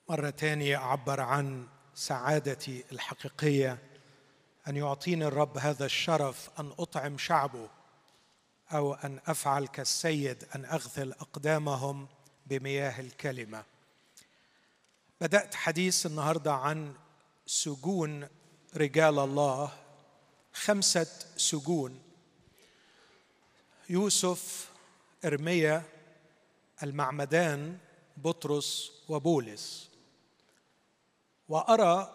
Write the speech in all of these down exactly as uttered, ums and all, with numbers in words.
مرة تانية أعبر عن سعادتي الحقيقية أن يعطيني الرب هذا الشرف أن أطعم شعبه، أو أن أفعل كالسيد أن أغسل أقدامهم بمياه الكلمة. بدأت حديث النهاردة عن سجون رجال الله، خمسة سجون: يوسف، إرميا، المعمدان، بطرس، وبولس. وأرى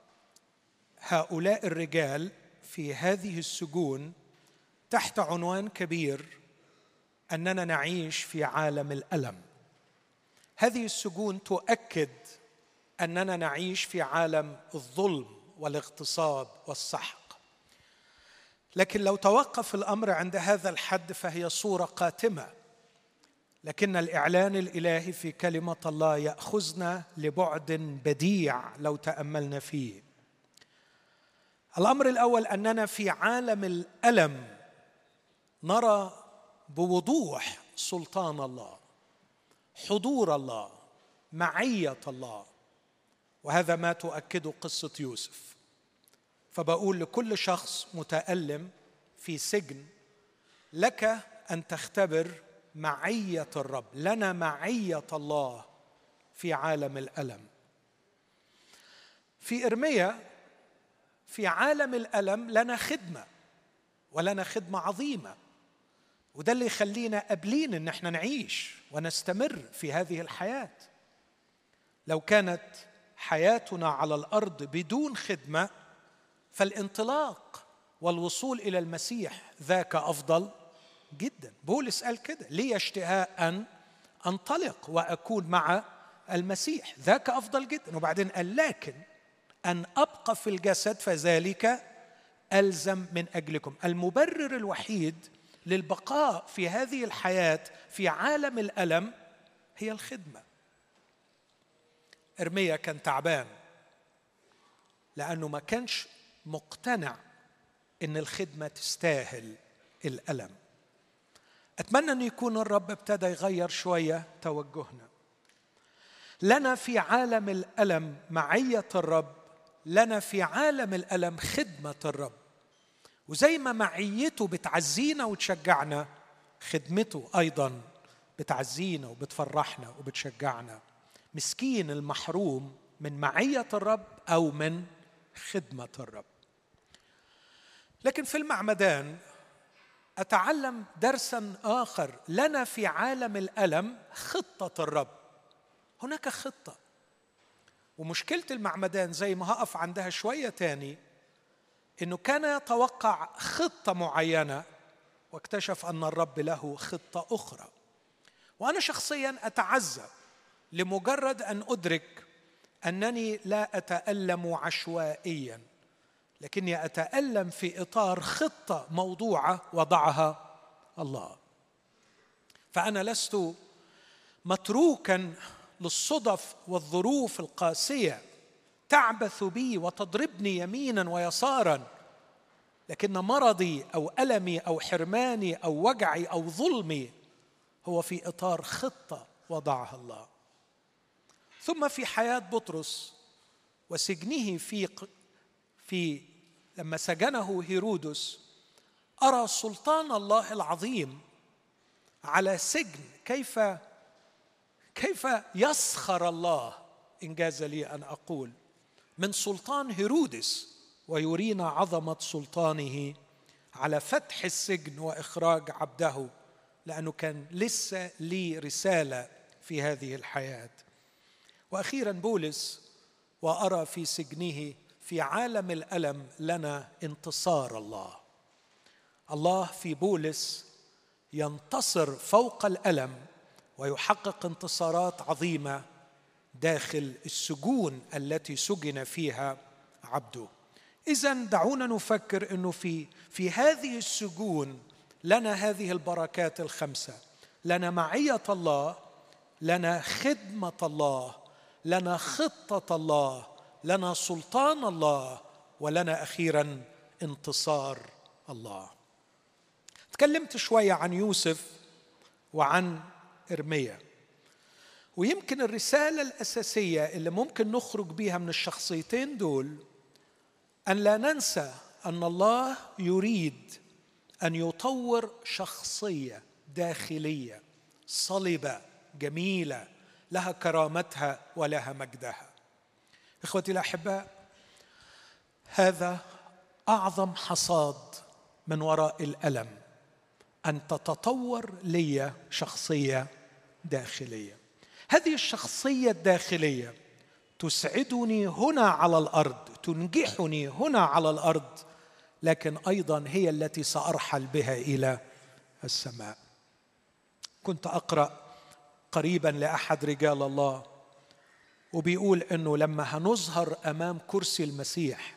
هؤلاء الرجال في هذه السجون تحت عنوان كبير: أننا نعيش في عالم الألم. هذه السجون تؤكد أننا نعيش في عالم الظلم والاغتصاب والسحق. لكن لو توقف الأمر عند هذا الحد فهي صورة قاتمة، لكن الإعلان الإلهي في كلمة الله يأخذنا لبعد بديع لو تأملنا فيه. الأمر الأول أننا في عالم الألم نرى بوضوح سلطان الله، حضور الله، معية الله، وهذا ما تؤكده قصة يوسف. فبقول لكل شخص متألم في سجن: لك أن تختبر معية الرب. لنا معية الله في عالم الألم. في إرميا في عالم الألم لنا خدمة، ولنا خدمة عظيمة، وده اللي يخلينا قابلين إن احنا نعيش ونستمر في هذه الحياة. لو كانت حياتنا على الأرض بدون خدمة فالانطلاق والوصول إلى المسيح ذاك أفضل جدا. بولس قال كده: لي اشتهاء أن أنطلق وأكون مع المسيح، ذاك أفضل جدا. وبعدين قال: لكن أن أبقى في الجسد فذلك ألزم من أجلكم. المبرر الوحيد للبقاء في هذه الحياة في عالم الألم هي الخدمة. إرميا كان تعبان لأنه ما كانش مقتنع إن الخدمة تستاهل الألم. أتمنى أن يكون الرب ابتدى يغير شوية توجهنا. لنا في عالم الألم معية الرب، لنا في عالم الألم خدمة الرب. وزي ما معيته بتعزينا وتشجعنا، خدمته أيضا بتعزينا وبتفرحنا وبتشجعنا. مسكين المحروم من معية الرب أو من خدمة الرب. لكن في المعمدان أتعلم درسا آخر: لنا في عالم الألم خطة الرب. هناك خطة. ومشكلة المعمدان زي ما هقف عندها شوية تاني، إنه كان يتوقع خطة معينة واكتشف أن الرب له خطة أخرى. وأنا شخصيا أتعزى لمجرد أن أدرك أنني لا أتألم عشوائيا، لكني أتألم في إطار خطة موضوعة وضعها الله. فأنا لست متروكا للصدف والظروف القاسية تعبث بي وتضربني يمينا ويسارا، لكن مرضي أو ألمي أو حرماني أو وجعي أو ظلمي هو في إطار خطة وضعها الله. ثم في حياة بطرس وسجنه في في لما سجنه هيرودس، أرى سلطان الله العظيم على سجن. كيف كيف يسخر الله، إن جاز لي أن أقول، من سلطان هيرودس ويرينا عظمة سلطانه على فتح السجن وإخراج عبده، لأنه كان لسه لي رسالة في هذه الحياة. وأخيرا بولس، وأرى في سجنه في عالم الألم لنا انتصار الله. الله في بولس ينتصر فوق الألم ويحقق انتصارات عظيمة داخل السجون التي سجن فيها عبده. إذن دعونا نفكر أنه في في هذه السجون لنا هذه البركات الخمسة: لنا معية الله، لنا خدمة الله، لنا خطة الله، لنا سلطان الله، ولنا أخيرا انتصار الله. تكلمت شوية عن يوسف وعن إرميا. ويمكن الرسالة الأساسية اللي ممكن نخرج بيها من الشخصيتين دول أن لا ننسى أن الله يريد أن يطور شخصية داخلية صلبة جميلة لها كرامتها ولها مجدها. إخوتي الأحباء، هذا أعظم حصاد من وراء الألم، أن تتطور لي شخصية داخلية. هذه الشخصية الداخلية تسعدني هنا على الأرض، تنجحني هنا على الأرض، لكن أيضا هي التي سأرحل بها إلى السماء. كنت أقرأ قريبا لأحد رجال الله وبيقول أنه لما هنظهر أمام كرسي المسيح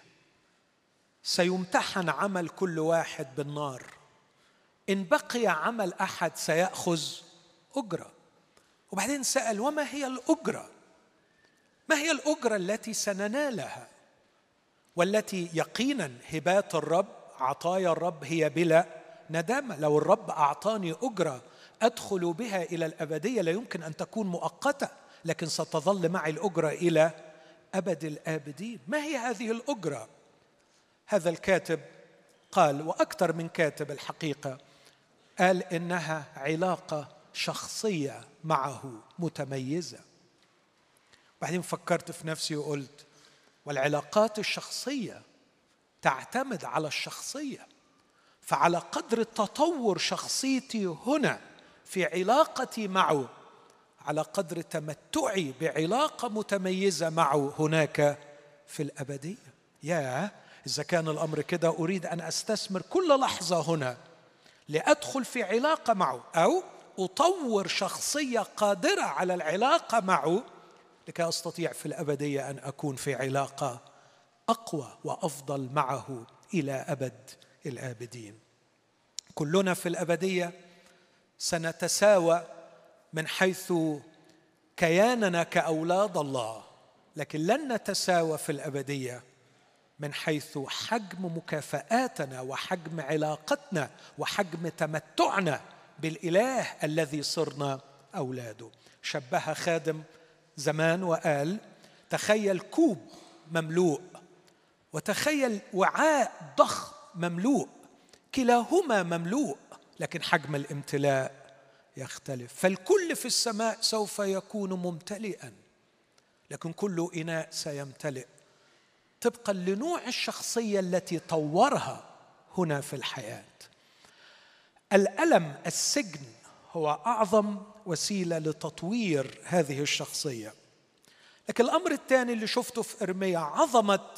سيمتحن عمل كل واحد بالنار، إن بقي عمل أحد سيأخذ أجرة. وبعدين سأل: وما هي الأجرة؟ ما هي الأجرة التي سننالها والتي يقينا هبات الرب عطايا الرب هي بلا ندامة؟ لو الرب أعطاني أجرة أدخل بها إلى الأبدية لا يمكن أن تكون مؤقتة، لكن ستظل معي الأجرة إلى أبد الآبدين. ما هي هذه الأجرة؟ هذا الكاتب قال، وأكثر من كاتب الحقيقة، قال إنها علاقة شخصية معه متميزة. بعدين فكرت في نفسي وقلت: والعلاقات الشخصية تعتمد على الشخصية، فعلى قدر تطور شخصيتي هنا في علاقتي معه، على قدر تمتعي بعلاقة متميزة معه هناك في الأبدية. يا إذا كان الأمر كده، أريد أن أستثمر كل لحظة هنا لأدخل في علاقة معه، أو أطور شخصية قادرة على العلاقة معه لكي أستطيع في الأبدية أن أكون في علاقة أقوى وأفضل معه إلى أبد الآبدين. كلنا في الأبدية سنتساوى من حيث كياننا كأولاد الله، لكن لن نتساوى في الأبدية من حيث حجم مكافآتنا وحجم علاقتنا وحجم تمتعنا بالإله الذي صرنا أولاده. شبه خادم زمان وقال: تخيل كوب مملوء وتخيل وعاء ضخم مملوء، كلاهما مملوء لكن حجم الامتلاء يختلف. فالكل في السماء سوف يكون ممتلئا، لكن كل إناء سيمتلئ طبقا لنوع الشخصية التي طورها هنا في الحياة. الألم، السجن، هو أعظم وسيلة لتطوير هذه الشخصية. لكن الأمر الثاني اللي شفته في إرميا عظمة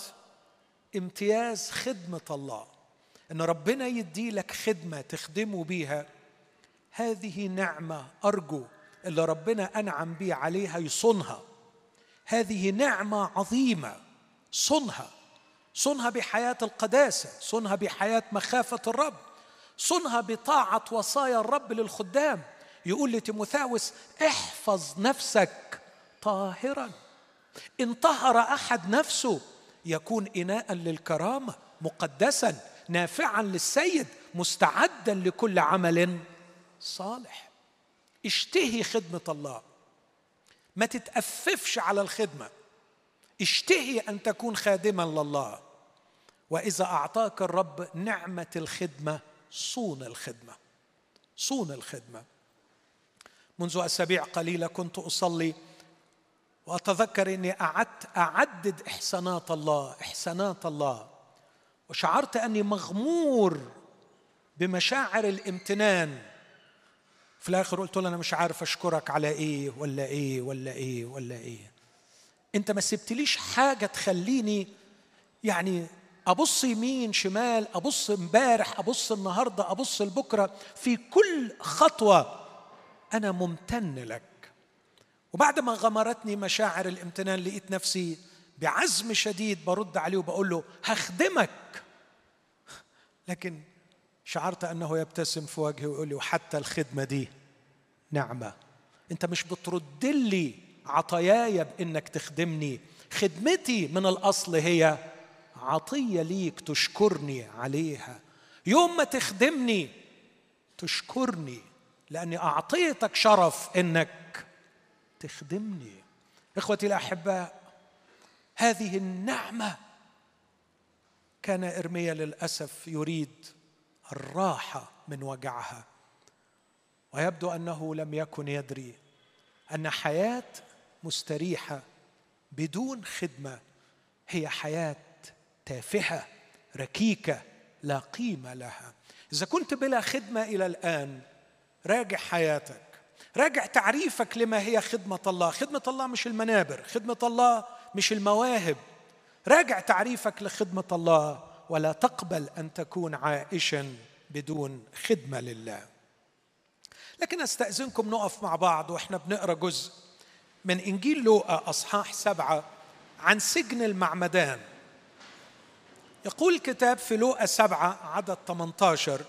امتياز خدمة الله، إن ربنا يدي لك خدمة تخدمه بيها. هذه نعمة أرجو اللي ربنا أنعم بي عليها يصونها. هذه نعمة عظيمة، صنها صنها بحياة القداسة، صنها بحياة مخافة الرب، صنها بطاعة وصايا الرب للخدام. يقول لتيموثاوس: احفظ نفسك طاهرا. إن طهر أحد نفسه يكون إناء للكرامة، مقدسا نافعا للسيد، مستعدا لكل عمل صالح. اشتهي خدمة الله، ما تتأففش على الخدمة، اشتهي أن تكون خادما لله. وإذا أعطاك الرب نعمة الخدمة، صون الخدمة، صون الخدمة. منذ أسابيع قليلة كنت أصلي وأتذكر أني قعدت أعدد إحسانات الله إحسانات الله وشعرت أني مغمور بمشاعر الامتنان. في الآخر قلت له: أنا مش عارف أشكرك على إيه ولا إيه ولا إيه ولا إيه. أنت ما سبتليش حاجة تخليني يعني أبص يمين شمال، أبص امبارح، أبص النهاردة، أبص لبكرة. في كل خطوة أنا ممتن لك. وبعد ما غمرتني مشاعر الامتنان لقيت نفسي بعزم شديد برد عليه وبقول له: هخدمك. لكن شعرت أنه يبتسم في وجهي ويقول لي: وحتى الخدمة دي نعمة، أنت مش بترد لي عطاياي بإنك تخدمني. خدمتي من الأصل هي عطية ليك تشكرني عليها. يوم ما تخدمني تشكرني لأني أعطيتك شرف إنك تخدمني. إخوتي الأحباء، هذه النعمة كان إرميا للأسف يريد الراحة من وجعها، ويبدو أنه لم يكن يدري أن حياة مستريحة بدون خدمة هي حياة تافهة ركيكة لا قيمة لها. إذا كنت بلا خدمة إلى الآن، راجع حياتك، راجع تعريفك لما هي خدمة الله. خدمة الله مش المنابر، خدمة الله مش المواهب. راجع تعريفك لخدمة الله، ولا تقبل أن تكون عائشا بدون خدمة لله. لكن أستأذنكم نقف مع بعض وإحنا بنقرأ جزء من إنجيل لوقا أصحاح سبعة عن سجن المعمدان. يقول الكتاب في لوقا سبعة عدد ثمانية عشر: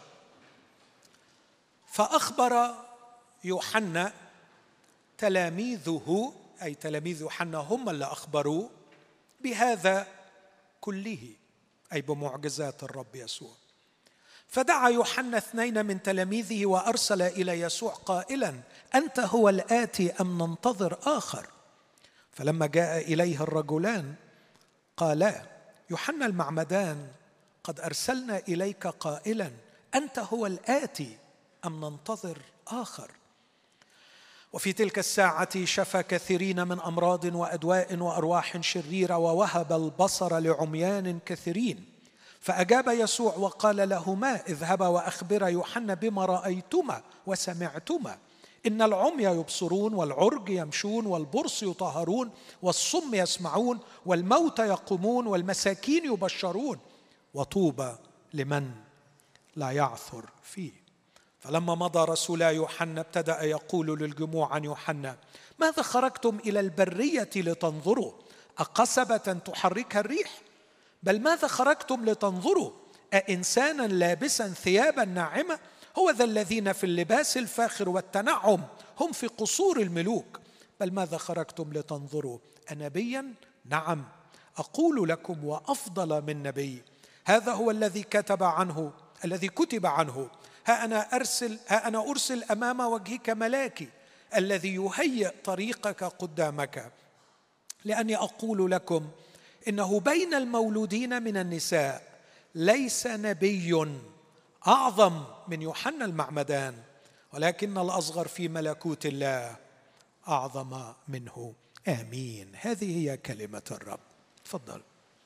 فأخبر يوحنا تلاميذه، أي تلاميذ يوحنا هم اللي أخبروا بهذا كله، أي بمعجزات الرب يسوع. فدعا يوحنا اثنين من تلاميذه وأرسل إلى يسوع قائلا: أنت هو الآتي أم ننتظر آخر؟ فلما جاء إليه الرجلان قالا: يوحنا المعمدان قد أرسلنا إليك قائلا: أنت هو الآتي أم ننتظر آخر؟ وفي تلك الساعة شفى كثيرين من أمراض وأدواء وأرواح شريرة، ووهب البصر لعميان كثيرين. فأجاب يسوع وقال لهما: اذهبا وأخبرا يوحنا بما رأيتما وسمعتما، إن العمي يبصرون والعرج يمشون والبرص يطهرون والصم يسمعون والموتى يقومون والمساكين يبشرون، وطوبى لمن لا يعثر فيه. فلما مضى رسولا يوحنا ابتدأ يقول للجموع عن يوحنا: ماذا خرجتم إلى البرية لتنظروا؟ أقصبة تحركها الريح؟ بل ماذا خرجتم لتنظروا؟ أإنسانا لابسا ثيابا ناعمة؟ هو ذا الذين في اللباس الفاخر والتنعم هم في قصور الملوك. بل ماذا خرجتم لتنظروا؟ أنبيا؟ نعم أقول لكم وأفضل من نبي، هذا هو الذي كتب عنه الذي كتب عنه: ها أنا أرسل ها أنا أرسل أمام وجهك ملاكي الذي يهيئ طريقك قدامك. لأني أقول لكم إنه بين المولودين من النساء ليس نبي أعظم من يوحنا المعمدان، ولكن الأصغر في ملكوت الله أعظم منه. آمين. هذه هي كلمة الرب. تفضل.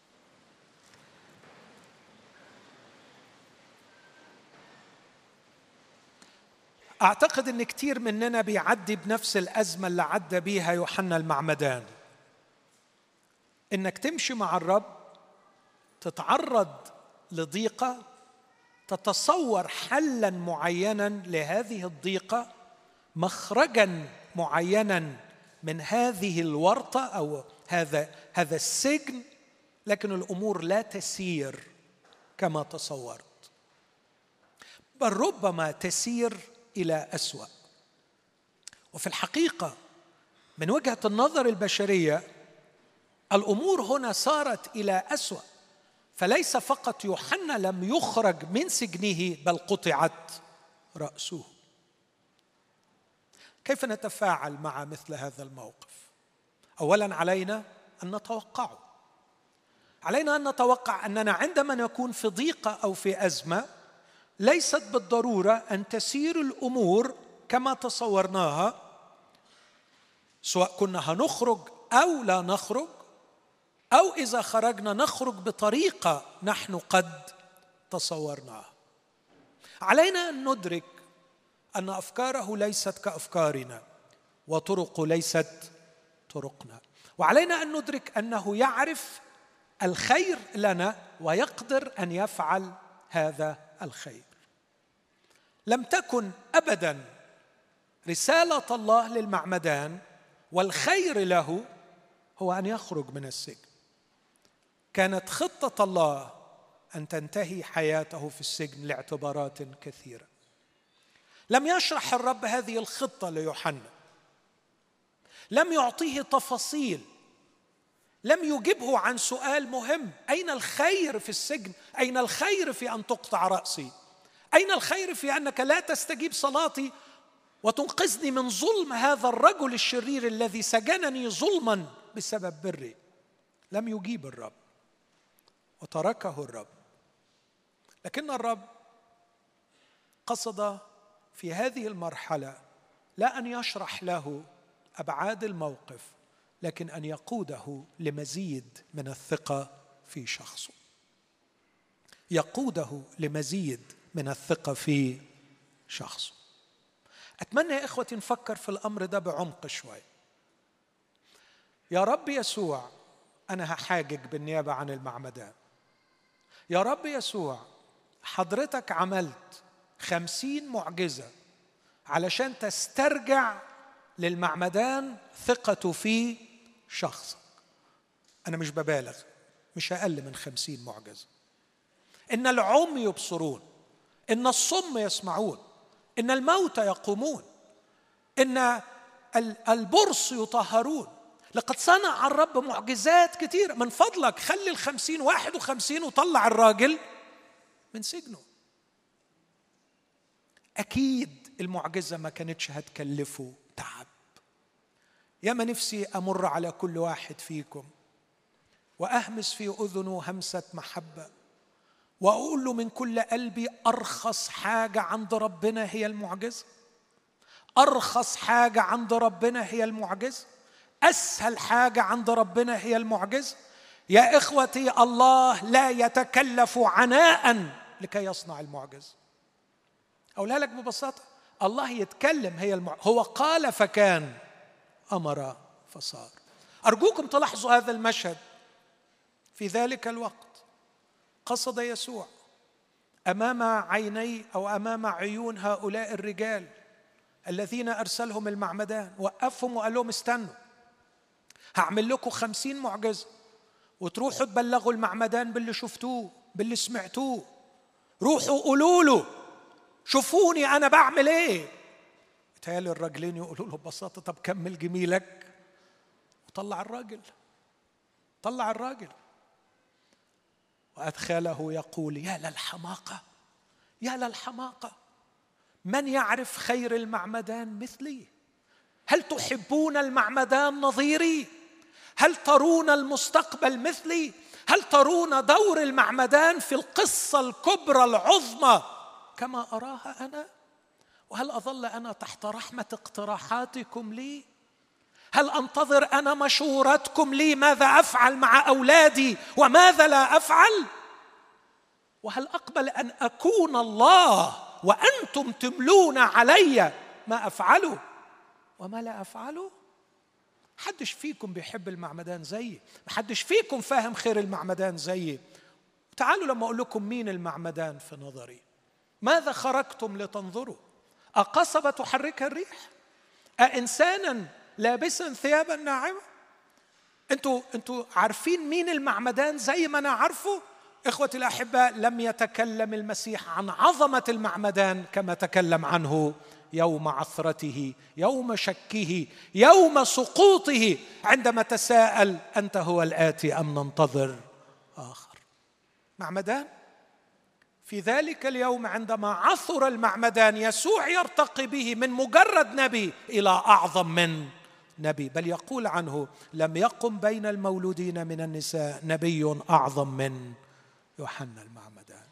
أعتقد أن كتير مننا بيعدي بنفس الأزمة اللي عدى بيها يوحنا المعمدان، إنك تمشي مع الرب، تتعرض لضيقة، تتصور حلاً معيناً لهذه الضيقة، مخرجاً معيناً من هذه الورطة أو هذا هذا السجن، لكن الأمور لا تسير كما تصورت، بل ربما تسير إلى أسوأ. وفي الحقيقة من وجهة النظر البشرية الأمور هنا صارت إلى أسوأ. فليس فقط يوحنا لم يخرج من سجنه، بل قطعت رأسه. كيف نتفاعل مع مثل هذا الموقف؟ أولاً علينا أن نتوقعه. علينا أن نتوقع أننا عندما نكون في ضيقة أو في أزمة ليست بالضرورة أن تسير الأمور كما تصورناها، سواء كنا هنخرج أو لا نخرج، أو إذا خرجنا نخرج بطريقة نحن قد تصورناها. علينا أن ندرك أن أفكاره ليست كأفكارنا وطرقه ليست طرقنا، وعلينا أن ندرك أنه يعرف الخير لنا ويقدر أن يفعل هذا الخير. لم تكن أبداً رسالة الله للمعمدان والخير له هو أن يخرج من السجن. كانت خطة الله أن تنتهي حياته في السجن لاعتبارات كثيرة. لم يشرح الرب هذه الخطة ليوحنا، لم يعطيه تفاصيل، لم يجبه عن سؤال مهم: أين الخير في السجن؟ أين الخير في أن تقطع رأسي؟ أين الخير في أنك لا تستجيب صلاتي وتنقذني من ظلم هذا الرجل الشرير الذي سجنني ظلما بسبب بري. لم يجيب الرب وتركه الرب، لكن الرب قصد في هذه المرحلة لا أن يشرح له أبعاد الموقف، لكن أن يقوده لمزيد من الثقة في شخصه، يقوده لمزيد من الثقة في شخصه. أتمنى يا إخوتي نفكر في الأمر ده بعمق شوي. يا رب يسوع، أنا هحاجج بالنيابة عن المعمدان. يا رب يسوع، حضرتك عملت خمسين معجزة علشان تسترجع للمعمدان ثقته في شخصك. أنا مش ببالغ، مش أقل من خمسين معجزة. إن العمي يبصرون، إن الصم يسمعون، إن الموتى يقومون، إن البرص يطهرون. لقد صنع الرب معجزات كتير. من فضلك خلي الخمسين واحد وخمسين وطلع الراجل من سجنه. أكيد المعجزة ما كانتش هتكلفه تعب. ياما نفسي أمر على كل واحد فيكم وأهمس في أذنه همسة محبة وأقول له من كل قلبي: أرخص حاجة عند ربنا هي المعجزة. أرخص حاجة عند ربنا هي المعجزة. أسهل حاجة عند ربنا هي المعجزة. يا إخوتي، الله لا يتكلف عناء لكي يصنع المعجزة. أقولها لك ببساطة، الله يتكلم هي المعجزة. هو قال فكان، أمر فصار. أرجوكم تلاحظوا هذا المشهد. في ذلك الوقت قصد يسوع أمام عيني أو أمام عيون هؤلاء الرجال الذين أرسلهم المعمدان، وقفهم وقال لهم: استنوا، هعمل لكم خمسين معجزة وتروحوا تبلغوا المعمدان باللي شفتوه باللي سمعتوه. روحوا قولوا له شوفوني أنا بعمل إيه. تالي الراجلين يقولوا له ببساطة: طب كمل جميلك. وطلع الراجل طلع الراجل وأدخله يقول: يا للحماقة، يا للحماقة، من يعرف خير المعمدان مثلي؟ هل تحبون المعمدان نظيري؟ هل ترون المستقبل مثلي؟ هل ترون دور المعمدان في القصة الكبرى العظمى كما أراها أنا؟ وهل أظل أنا تحت رحمة اقتراحاتكم لي؟ هل أنتظر أنا مشورتكم لي ماذا أفعل مع أولادي وماذا لا أفعل؟ وهل أقبل أن أكون الله وأنتم تملون علي ما أفعله وما لا أفعله؟ محدش فيكم بيحب المعمدان زيي، محدش فيكم فاهم خير المعمدان زيي. تعالوا لما أقول لكم مين المعمدان في نظري. ماذا خرجتم لتنظروا؟ أقصبة تحركها الريح؟ أإنسانا لابسا ثيابا ناعمة؟ أنتوا أنتوا عارفين مين المعمدان زي ما أنا عارفه؟ إخوتي الأحباء، لم يتكلم المسيح عن عظمة المعمدان كما تكلم عنه يوم عثرته، يوم شكه، يوم سقوطه، عندما تساءل: أنت هو الآتي أم ننتظر آخر؟ معمدان. في ذلك اليوم عندما عثر المعمدان، يسوع يرتقي به من مجرد نبي إلى أعظم من نبي، بل يقول عنه: لم يقم بين المولودين من النساء نبي أعظم من يوحنا المعمدان.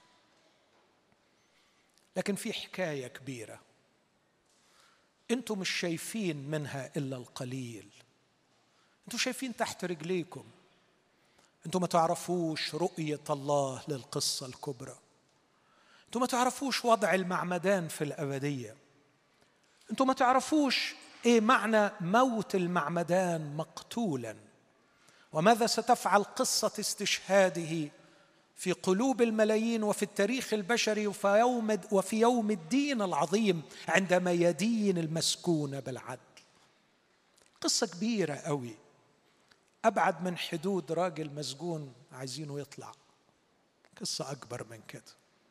لكن في حكاية كبيرة أنتم مش شايفين منها إلا القليل. أنتم شايفين تحت رجليكم. أنتم ما تعرفوش رؤية الله للقصة الكبرى. أنتم ما تعرفوش وضع المعمدان في الأبدية. أنتم ما تعرفوش إيه معنى موت المعمدان مقتولا، وماذا ستفعل قصة استشهاده في قلوب الملايين وفي التاريخ البشري وفي يوم وفي يوم الدين العظيم عندما يدين المسكون بالعدل. قصة كبيرة قوي، أبعد من حدود راجل مسجون عايزينه يطلع. قصة أكبر من كده.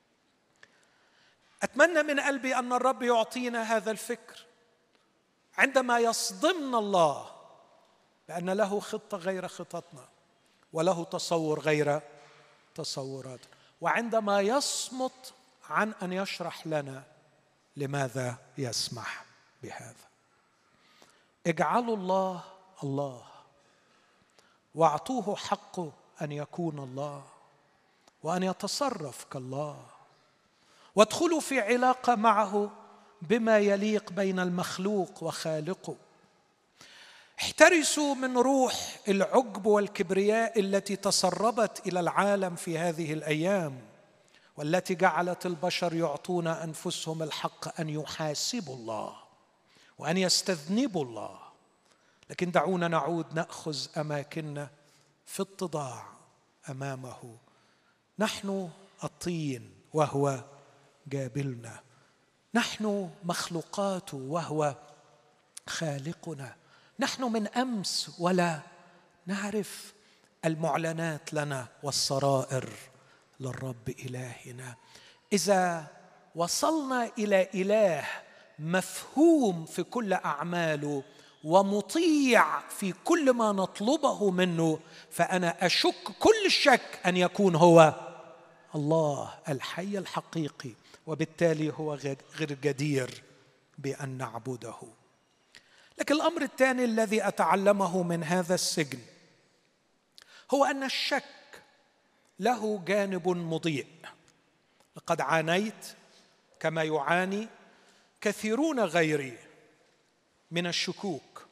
أتمنى من قلبي أن الرب يعطينا هذا الفكر عندما يصدمنا الله بأن له خطة غير خططنا وله تصور غير تصوراتنا، وعندما يصمت عن أن يشرح لنا لماذا يسمح بهذا. اجعلوا الله الله واعطوه حقه أن يكون الله وأن يتصرف كالله، وادخلوا في علاقة معه بما يليق بين المخلوق وخالقه. احترسوا من روح العجب والكبرياء التي تسربت إلى العالم في هذه الأيام، والتي جعلت البشر يعطون أنفسهم الحق أن يحاسبوا الله وأن يستذنبوا الله. لكن دعونا نعود نأخذ أماكننا في اتضاع أمامه. نحن الطين وهو جابلنا، نحن مخلوقاته وهو خالقنا، نحن من أمس ولا نعرف المعلنات لنا والسرائر للرب إلهنا. إذا وصلنا إلى إله مفهوم في كل أعماله ومطيع في كل ما نطلبه منه، فأنا أشك كل الشك أن يكون هو الله الحي الحقيقي، وبالتالي هو غير جدير بأن نعبده. لكن الأمر الثاني الذي أتعلمه من هذا السجن هو أن الشك له جانب مضيء. لقد عانيت كما يعاني كثيرون غيري من الشكوك،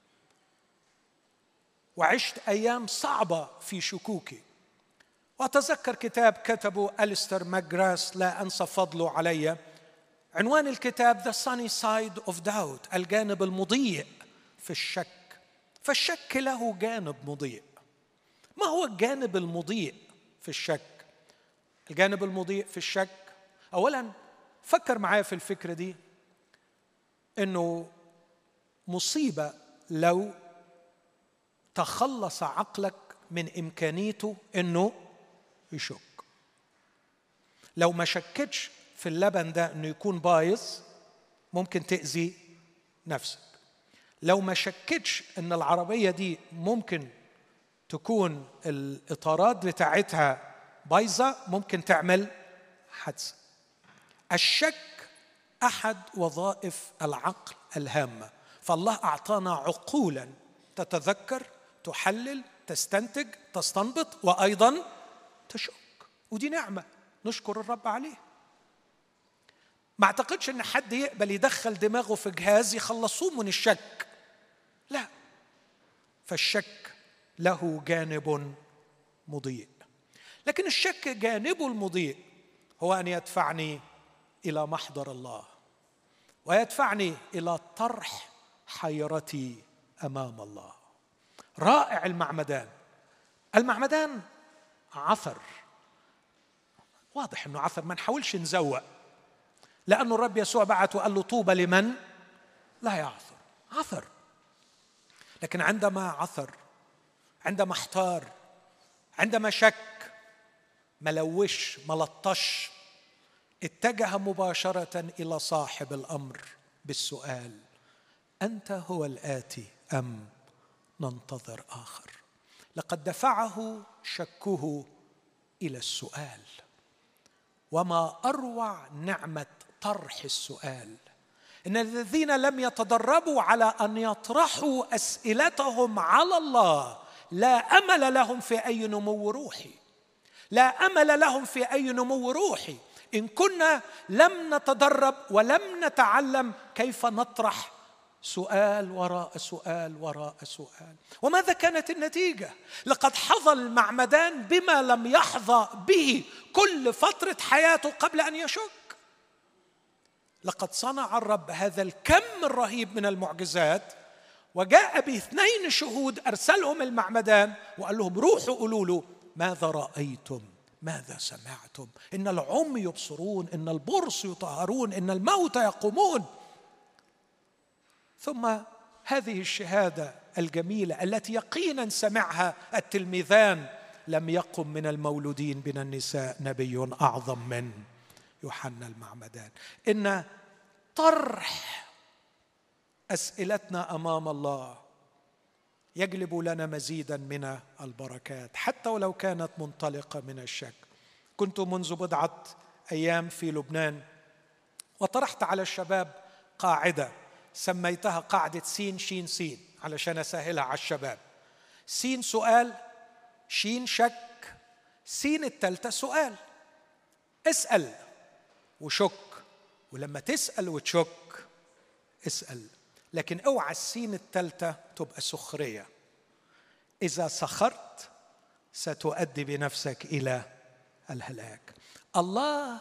وعشت أيام صعبة في شكوكي. وأتذكر كتاب كتبه أليستر ماكغراث لا أنسى فضله علي، عنوان الكتاب The Sunny Side of Doubt، الجانب المضيء في الشك. فالشك له جانب مضيء. ما هو الجانب المضيء في الشك؟ الجانب المضيء في الشك، أولا فكر معايا في الفكرة دي، إنه مصيبة لو تخلص عقلك من إمكانيته إنه يشك. لو ما شكتش في اللبن ده إنه يكون بايظ ممكن تأذي نفسك. لو ما شكتش إن العربية دي ممكن تكون الإطارات بتاعتها بايظة ممكن تعمل حادثة. الشك أحد وظائف العقل الهامة، فالله أعطانا عقولا تتذكر، تحلل، تستنتج، تستنبط، وأيضا تشك، ودي نعمة نشكر الرب عليه. ما أعتقدش أن حد يقبل يدخل دماغه في جهاز يخلصوه من الشك، لا. فالشك له جانب مضيء، لكن الشك جانبه المضيء هو أن يدفعني إلى محضر الله ويدفعني إلى طرح حيرتي أمام الله. رائع المعمدان. المعمدان عثر، واضح أنه عثر، ما نحاولش نزوق، لأنه الرب يسوع بعت وقال له طوبى لمن لا يعثر. عثر، لكن عندما عثر، عندما احتار، عندما شك، ملوش ملطش، اتجه مباشرة إلى صاحب الأمر بالسؤال: أنت هو الآتي أم ننتظر آخر؟ لقد دفعه شكه إلى السؤال. وما أروع نعمة طرح السؤال، إن الذين لم يتدربوا على أن يطرحوا أسئلتهم على الله لا أمل لهم في أي نمو روحي، لا أمل لهم في أي نمو روحي إن كنا لم نتدرب ولم نتعلم كيف نطرح سؤال وراء سؤال وراء سؤال. وماذا كانت النتيجة؟ لقد حظى المعمدان بما لم يحظى به كل فترة حياته قبل أن يشك. لقد صنع الرب هذا الكم الرهيب من المعجزات، وجاء باثنين شهود أرسلهم المعمدان وقال لهم روحوا قولوا له ماذا رأيتم، ماذا سمعتم؟ إن العمي يبصرون، إن البرص يطهرون، إن الموتى يقومون. ثم هذه الشهادة الجميلة التي يقينا سمعها التلميذان: لم يقم من المولودين من النساء نبي أعظم من يوحنا المعمدان. إن طرح أسئلتنا أمام الله يجلب لنا مزيدا من البركات حتى ولو كانت منطلقة من الشك. كنت منذ بضعة أيام في لبنان، وطرحت على الشباب قاعدة: سميتها قاعدة سين شين سين علشان أسهلها على الشباب. سين سؤال، شين شك، سين التالتة سؤال. اسأل وشك، ولما تسأل وتشك اسأل، لكن اوعى السين التالتة تبقى سخرية. إذا سخرت ستؤدي بنفسك إلى الهلاك. الله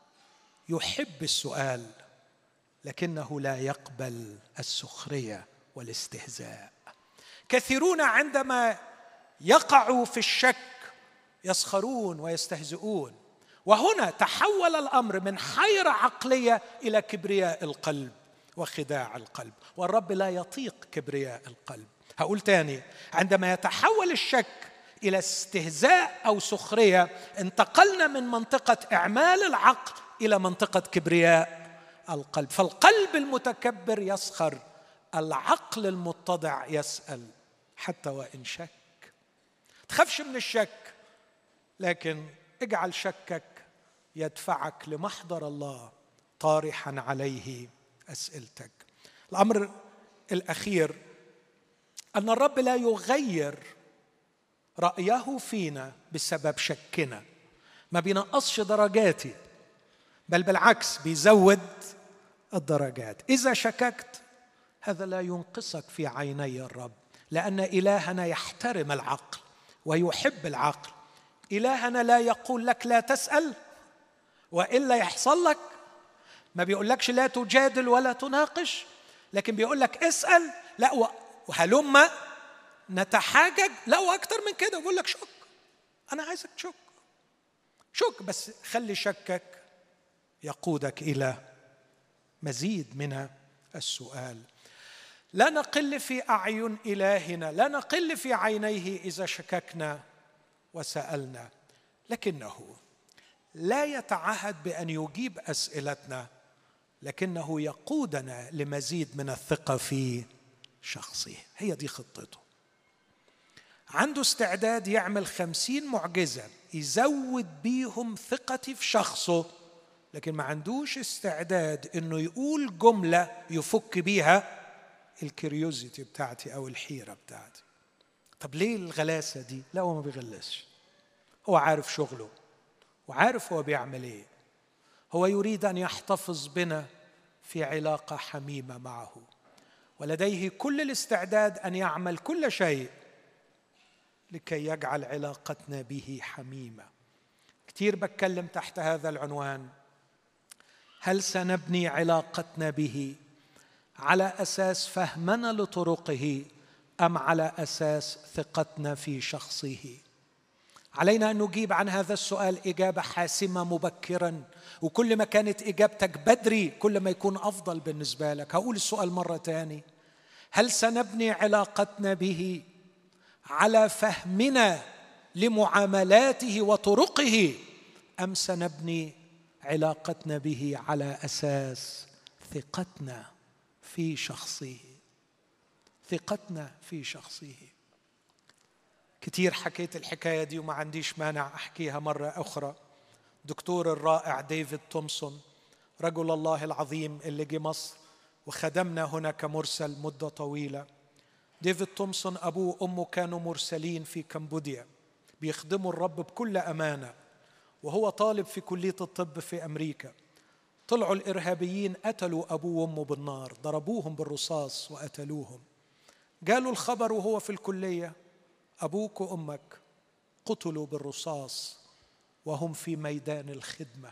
يحب السؤال لكنه لا يقبل السخرية والاستهزاء. كثيرون عندما يقعوا في الشك يسخرون ويستهزئون، وهنا تحول الأمر من حيرة عقلية إلى كبرياء القلب وخداع القلب، والرب لا يطيق كبرياء القلب. هقول تاني، عندما يتحول الشك إلى استهزاء أو سخرية انتقلنا من منطقة إعمال العقل إلى منطقة كبرياء القلب. فالقلب المتكبر يسخر، العقل المتضع يسأل حتى وإن شك. تخافش من الشك، لكن اجعل شكك يدفعك لمحضر الله طارحا عليه أسئلتك. الأمر الأخير أن الرب لا يغير رأيه فينا بسبب شكنا، ما بينقصش درجاتي، بل بالعكس بيزود الدرجات. إذا شككت هذا لا ينقصك في عيني الرب، لأن إلهنا يحترم العقل ويحب العقل. إلهنا لا يقول لك لا تسأل وإلا يحصل لك، ما بيقول لكش لا تجادل ولا تناقش، لكن بيقول لك اسأل. لا وهلما نتحاجج، لا وأكتر من كده بيقول لك شك. أنا عايزك تشك، شك، بس خلي شكك يقودك إلى مزيد من السؤال. لا نقل في أعين إلهنا، لا نقل في عينيه إذا شككنا وسألنا، لكنه لا يتعهد بأن يجيب أسئلتنا، لكنه يقودنا لمزيد من الثقة في شخصه. هي دي خطته. عنده استعداد يعمل خمسين معجزة يزود بيهم ثقتي في شخصه، لكن ما عندوش استعداد انه يقول جملة يفك بيها الكريوزيتي بتاعتي او الحيرة بتاعتي. طب ليه الغلاسة دي؟ لا، هو ما بيغلسش، هو عارف شغله وعارف هو بيعمل ايه. هو يريد ان يحتفظ بنا في علاقة حميمة معه، ولديه كل الاستعداد ان يعمل كل شيء لكي يجعل علاقتنا به حميمة. كتير بتكلم تحت هذا العنوان: هل سنبني علاقتنا به على أساس فهمنا لطرقه أم على أساس ثقتنا في شخصه؟ علينا أن نجيب عن هذا السؤال إجابة حاسمة مبكرا، وكل ما كانت إجابتك بدري كل ما يكون أفضل بالنسبة لك. هقول السؤال مرة تاني: هل سنبني علاقتنا به على فهمنا لمعاملاته وطرقه أم سنبني علاقتنا به على أساس ثقتنا في شخصه؟ ثقتنا في شخصه. كتير حكيت الحكاية دي وما عنديش مانع أحكيها مرة أخرى. دكتور الرائع ديفيد تومسون، رجل الله العظيم اللي جه مصر وخدمنا هنا كمرسل مدة طويلة. ديفيد تومسون أبوه وأمه كانوا مرسلين في كمبوديا بيخدموا الرب بكل أمانة، وهو طالب في كلية الطب في أمريكا. طلعوا الإرهابيين قتلوا أبوه وأمه بالنار، ضربوهم بالرصاص وقتلوهم. جاله الخبر وهو في الكلية: أبوك وأمك قتلوا بالرصاص وهم في ميدان الخدمة.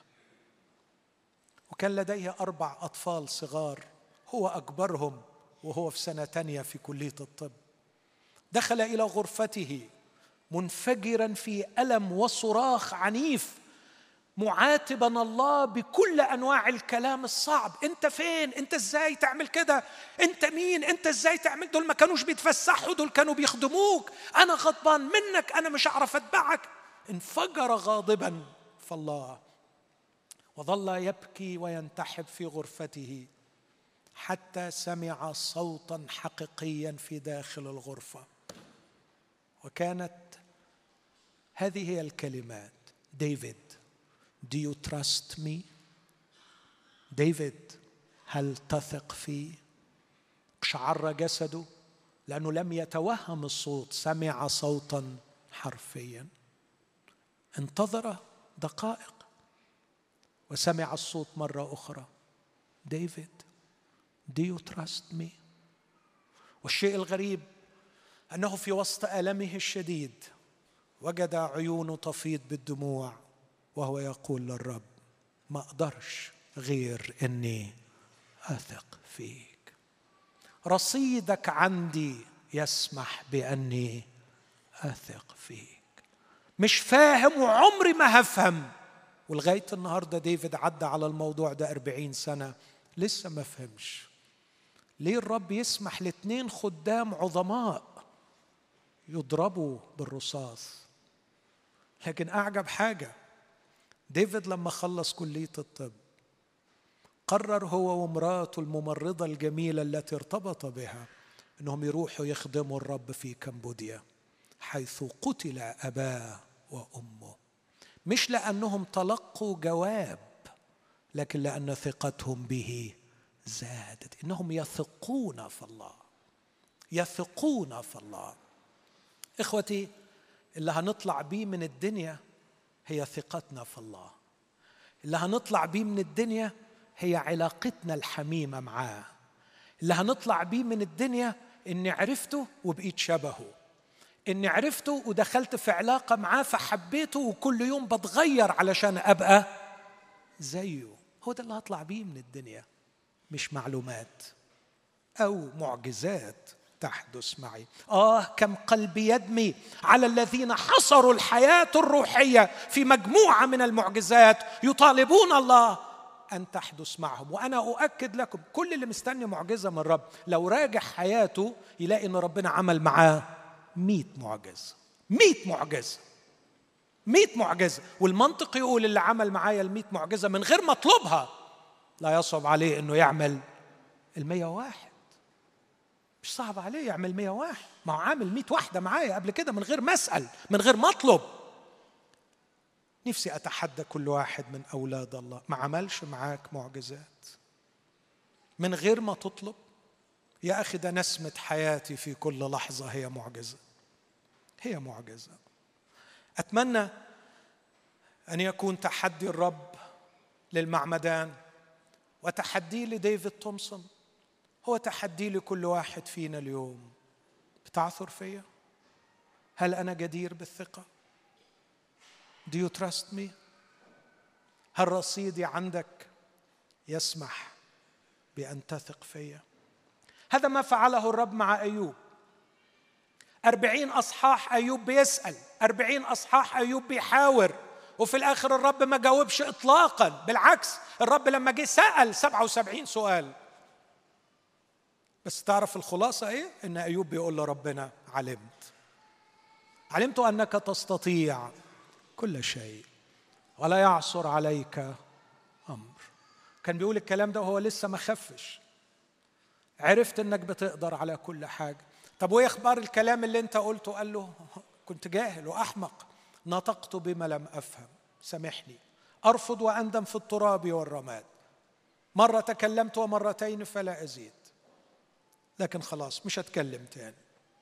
وكان لديه أربع أطفال صغار، هو أكبرهم وهو في سنة تانية في كلية الطب. دخل إلى غرفته منفجرا في ألم وصراخ عنيف، معاتبا الله بكل أنواع الكلام الصعب. أنت فين؟ أنت إزاي تعمل كده؟ أنت مين؟ أنت إزاي تعمل؟ دول ما كانوش بيتفسحوا، دول كانوا بيخدموك. أنا غضبان منك، أنا مش أعرف أتبعك. انفجر غاضبا فالله، وظل يبكي وينتحب في غرفته حتى سمع صوتا حقيقيا في داخل الغرفة، وكانت هذه هي الكلمات: ديفيد do you trust me؟ ديفيد، هل تثق في؟ اقشعر جسده لأنه لم يتوهم الصوت، سمع صوتا حرفيا. انتظر دقائق وسمع الصوت مرة أخرى: ديفيد do you trust me؟ والشيء الغريب أنه في وسط ألمه الشديد وجد عيونه تفيض بالدموع وهو يقول للرب: ما أقدرش غير أني أثق فيك. رصيدك عندي يسمح بأني أثق فيك. مش فاهم وعمري ما هفهم. ولغاية النهاردة ديفيد عدى على الموضوع ده أربعين سنة لسه ما فهمش ليه الرب يسمح لاثنين خدام عظماء يضربوا بالرصاص. لكن أعجب حاجة، ديفيد لما خلص كلية الطب قرر هو وامراته الممرضة الجميلة التي ارتبط بها أنهم يروحوا يخدموا الرب في كمبوديا حيث قتل أباه وأمه، مش لأنهم تلقوا جواب لكن لأن ثقتهم به زادت. إنهم يثقون في الله، يثقون في الله. إخوتي، اللي هنطلع بيه من الدنيا هي ثقتنا في الله. اللي هنطلع بيه من الدنيا هي علاقتنا الحميمة معاه. اللي هنطلع بيه من الدنيا إني عرفته وبقيت شبهه، إني عرفته ودخلت في علاقة معاه فحبيته وكل يوم بتغير علشان أبقى زيه. هو ده اللي هطلع بيه من الدنيا، مش معلومات أو معجزات تحدث معي. آه كم قلبي يدمي على الذين حصروا الحياة الروحية في مجموعة من المعجزات يطالبون الله أن تحدث معهم. وأنا أؤكد لكم كل اللي مستني معجزة من الرب لو راجع حياته يلاقي أن ربنا عمل معاه مئة معجزة. مئة معجزة مئة معجزة. والمنطق يقول اللي عمل معايا المئة معجزة من غير ما اطلبها لا يصعب عليه أنه يعمل المية واحد. مش صعب عليه يعمل مية واحد، ما هو عامل مئة واحدة معايا قبل كده من غير ما أسأل، من غير ما أطلب. نفسي أتحدى كل واحد من أولاد الله، ما عملش معاك معجزات من غير ما تطلب؟ يا أخي ده نسمة حياتي في كل لحظة هي معجزة، هي معجزة. أتمنى أن يكون تحدي الرب للمعمدان وتحدي لديفيد تومسون هو تحدي لكل واحد فينا اليوم. بتعثر فيا؟ هل أنا جدير بالثقة؟ Do you trust me؟ هل رصيدي عندك يسمح بأن تثق فيا؟ هذا ما فعله الرب مع أيوب. أربعين أصحاح أيوب بيسأل، أربعين أصحاح أيوب بيحاور، وفي الآخر الرب ما جاوبش إطلاقا. بالعكس الرب لما جه سأل سبعة وسبعين سؤال. بس تعرف الخلاصة إيه؟ إن أيوب بيقول لربنا: علمت علمت أنك تستطيع كل شيء ولا يعصر عليك أمر. كان بيقول الكلام ده وهو لسه ما خفش. عرفت أنك بتقدر على كل حاجة. طب وإيه أخبار الكلام اللي أنت قلته؟ قال له: كنت جاهل وأحمق، نطقت بما لم أفهم، سامحني، أرفض وأندم في التراب والرماد، مرة تكلمت ومرتين فلا أزيد، لكن خلاص مش هتكلم تاني.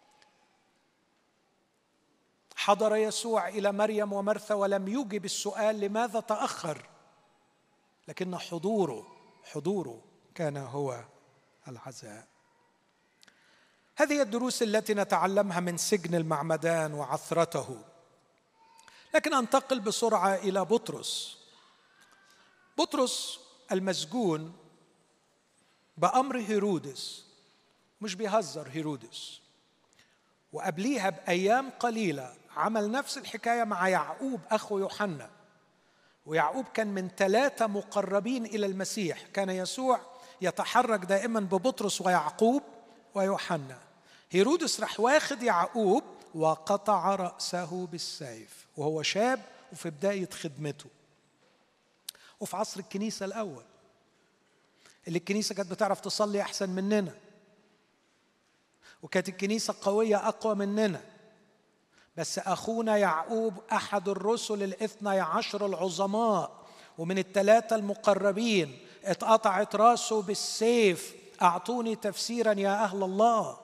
حضر يسوع إلى مريم ومرثا ولم يجب السؤال لماذا تأخر، لكن حضوره حضوره كان هو العزاء. هذه الدروس التي نتعلمها من سجن المعمدان وعثرته. لكن أنتقل بسرعة إلى بطرس. بطرس المسجون بأمر هيرودس، مش بيهزر هيرودس، وقبليها بأيام قليلة عمل نفس الحكاية مع يعقوب أخو يوحنا. ويعقوب كان من ثلاثة مقربين إلى المسيح. كان يسوع يتحرك دائما ببطرس ويعقوب ويوحنا. هيرودس راح واخد يعقوب وقطع رأسه بالسيف وهو شاب وفي بداية خدمته، وفي عصر الكنيسة الأول اللي الكنيسة كانت بتعرف تصلي أحسن مننا، وكانت الكنيسة قوية أقوى مننا. بس أخونا يعقوب أحد الرسل الاثنى عشر العظماء ومن الثلاثة المقربين اتقطعت رأسه بالسيف أعطوني تفسيرا يا أهل الله.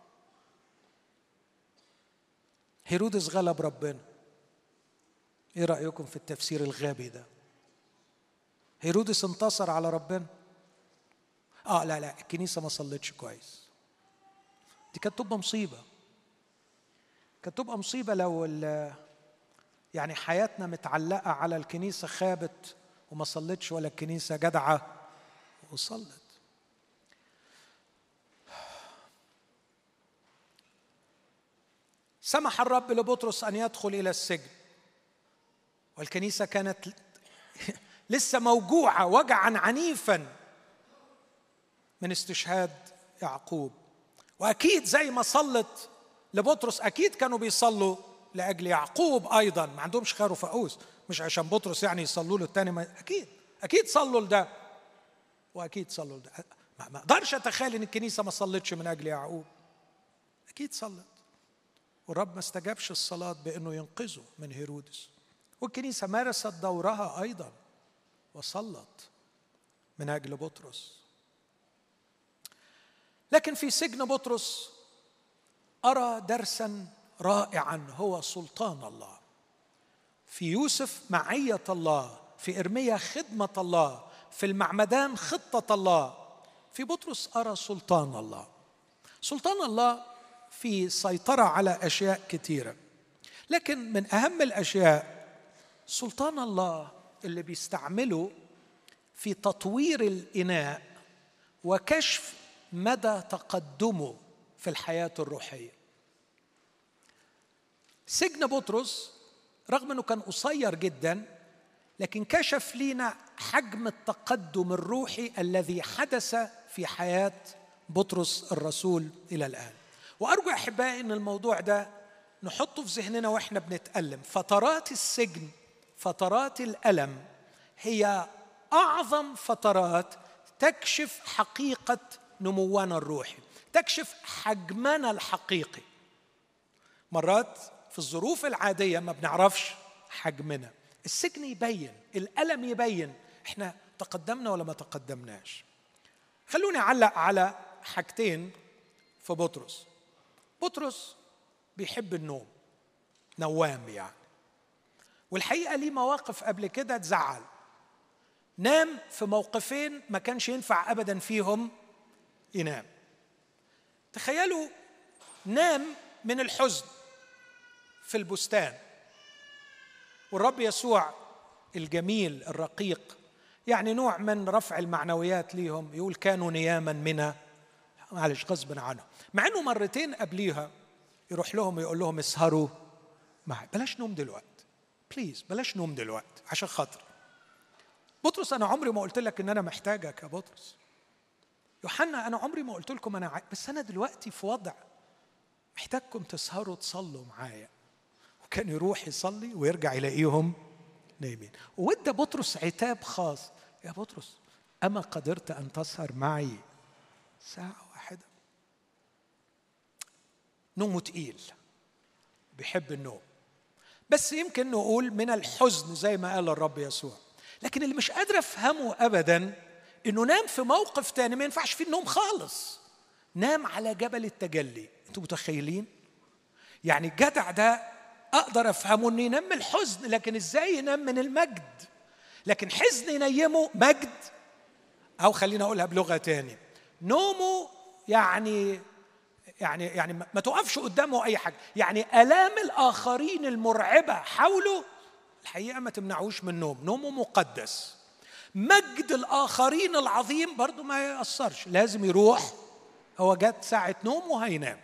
هيرودس غلب ربنا. إيه رأيكم في التفسير الغبي ده؟ هيرودس انتصر على ربنا. آه لا لا الكنيسة ما صلتش كويس. دي كانت تبقى مصيبة. كانت تبقى مصيبة لو يعني حياتنا متعلقة على الكنيسة خابت وما صلتش، ولا الكنيسة جدعة وصلت. سمح الرب لبطرس أن يدخل إلى السجن، والكنيسة كانت لسه موجوعة وجعا عنيفا من استشهاد يعقوب. وأكيد زي ما صلت لبطرس أكيد كانوا بيصلوا لأجل يعقوب أيضا. ما عندهمش خير وفقوس، مش عشان بطرس يعني يصلوا له التاني. أكيد أكيد صلوا لده وأكيد صلوا لده. ما أقدرش أتخيل إن الكنيسة ما صلتش من أجل يعقوب. أكيد صلت، والرب ما استجابش الصلاة بأنه ينقذه من هيرودس. والكنيسة مارست دورها أيضا وصلت من أجل بطرس. لكن في سجن بطرس أرى درسا رائعا هو سلطان الله. في يوسف معية الله، في إرميا خدمة الله، في المعمدان خطة الله. في بطرس أرى سلطان الله. سلطان الله في سيطرة على أشياء كثيرة، لكن من أهم الأشياء سلطان الله اللي بيستعمله في تطوير الإناء وكشف مدى تقدمه في الحياة الروحية. سجن بطرس رغم أنه كان قصير جدا، لكن كشف لنا حجم التقدم الروحي الذي حدث في حياة بطرس الرسول إلى الآن. وأرجو أحبائي أن الموضوع ده نحطه في ذهننا وإحنا بنتألم. فترات السجن، فترات الألم، هي أعظم فترات تكشف حقيقة نمونا الروحي، تكشف حجمنا الحقيقي. مرات في الظروف العادية ما بنعرفش حجمنا. السجن يبين، الألم يبين إحنا تقدمنا ولا ما تقدمناش. خلوني أعلق على حاجتين في بطرس. بطرس بيحب النوم، نوام يعني، والحقيقة ليه مواقف قبل كده تزعل. نام في موقفين ما كانش ينفع أبدا فيهم ينام. تخيلوا نام من الحزن في البستان، والرب يسوع الجميل الرقيق يعني نوع من رفع المعنويات ليهم يقول كانوا نياما منا، معلش غصب عنهم، مع انه مرتين قبليها يروح لهم يقول لهم اسهروا معي، بلاش نوم دلوقتي بليز، بلاش نوم دلوقتي عشان خاطر بطرس. انا عمري ما قلت لك ان انا محتاجك يا بطرس. يوحنا انا عمري ما قلت لكم انا ع... بس انا دلوقتي في وضع محتاجكم تسهروا تصلوا معايا. وكان يروح يصلي ويرجع يلاقيهم نايمين. وادى بطرس عتاب خاص، يا بطرس اما قدرت ان تسهر معي ساعة واحدة؟ نومه تقيل، بيحب النوم، بس يمكن نقول من الحزن زي ما قال الرب يسوع. لكن اللي مش قادر افهمه ابدا انه نام في موقف تاني ما ينفعش فيه النوم خالص. نام على جبل التجلي. انتوا متخيلين؟ يعني الجدع ده اقدر افهمه انه ينام من الحزن، لكن ازاي ينام من المجد؟ لكن حزن ينيمه مجد، او خلينا اقولها بلغة تاني، نومه يعني يعني يعني ما توقفش قدامه اي حاجه. يعني الام الاخرين المرعبه حوله الحقيقه ما تمنعوش من نوم، نومه مقدس. مجد الاخرين العظيم برضو ما يأثرش، لازم يروح، هو جت ساعه نوم وهينام.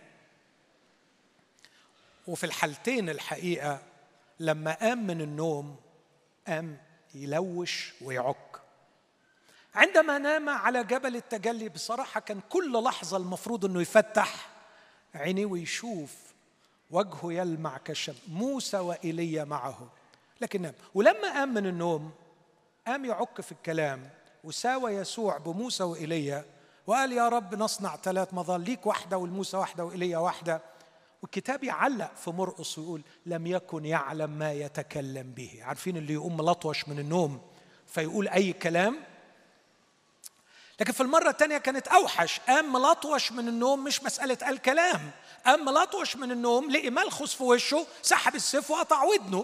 وفي الحالتين الحقيقه لما قام من النوم قام يلوش ويعك. عندما نام على جبل التجلي بصراحة كان كل لحظة المفروض أنه يفتح عينيه ويشوف وجهه يلمع كالشمس، موسى وإيليا معه، لكن نام. ولما قام من النوم قام يعك في الكلام وساوى يسوع بموسى وإيليا وقال يا رب نصنع ثلاث مظال، ليك واحدة والموسى واحدة وإيليا واحدة. والكتاب يعلق في مرقس ويقول لم يكن يعلم ما يتكلم به. عارفين اللي يقوم ملطوش من النوم فيقول أي كلام؟ لكن في المرة الثانية كانت أوحش، قام ملطوش من النوم، مش مسألة قال كلام، قام ملطوش من النوم، لقي ملخص في وشه، سحب السيف وقطع ودنه.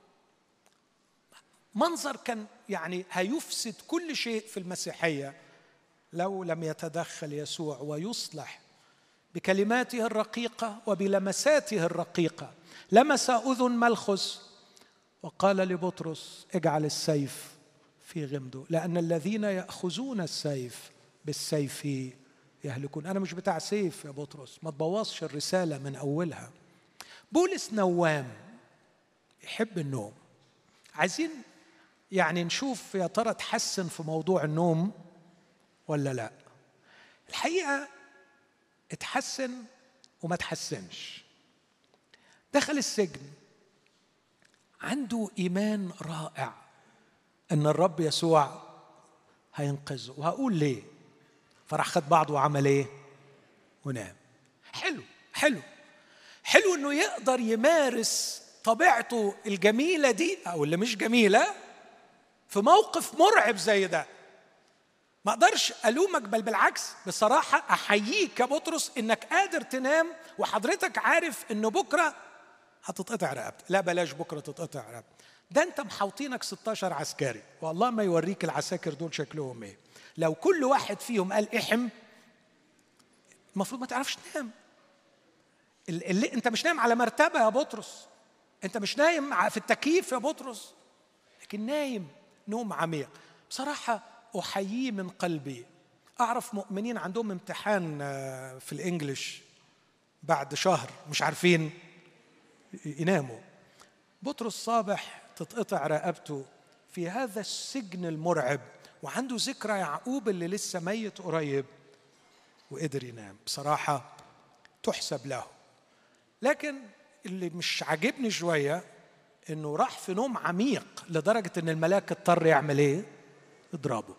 منظر كان يعني هيفسد كل شيء في المسيحية لو لم يتدخل يسوع ويصلح بكلماته الرقيقة وبلمساته الرقيقة. لمس أذن ملخص وقال لبطرس اجعل السيف في غمده، لأن الذين يأخذون السيف بالسيف يهلكون. أنا مش بتاع سيف يا بطرس، ما تبوظش الرسالة من أولها. بولس نوام، يحب النوم. عايزين يعني نشوف يا ترى تحسن في موضوع النوم ولا لا. الحقيقة اتحسن وما تحسنش. دخل السجن عنده إيمان رائع أن الرب يسوع هينقذه، وهقول ليه. فراح خد بعضه وعمل إيه؟ ونام. حلو حلو حلو إنه يقدر يمارس طبيعته الجميلة دي أو اللي مش جميلة في موقف مرعب زي ده. ما أقدرش ألومك، بل بالعكس بصراحة أحييك يا بطرس إنك قادر تنام وحضرتك عارف إنه بكرة هتتقطع رقبتك. لا بلاش بكرة تتقطع رقبتك، ده أنت محوطينك ستاشر عسكري، والله ما يوريك العساكر دول شكلهم إيه. لو كل واحد فيهم قال إحم المفروض ما تعرفش تنام. اللي أنت مش نايم على مرتبة يا بطرس، أنت مش نايم في التكييف يا بطرس، لكن نايم نوم عميق. بصراحة أحييه من قلبي. أعرف مؤمنين عندهم امتحان في الإنجليش بعد شهر مش عارفين يناموا. بطرس صابح تتقطع رقبته في هذا السجن المرعب، وعنده ذكرى يعقوب اللي لسه ميت قريب وقدر ينام. بصراحة تحسب له. لكن اللي مش عاجبني شوية إنه راح في نوم عميق لدرجة إن الملاك اضطر يعمل إيه؟ اضربه.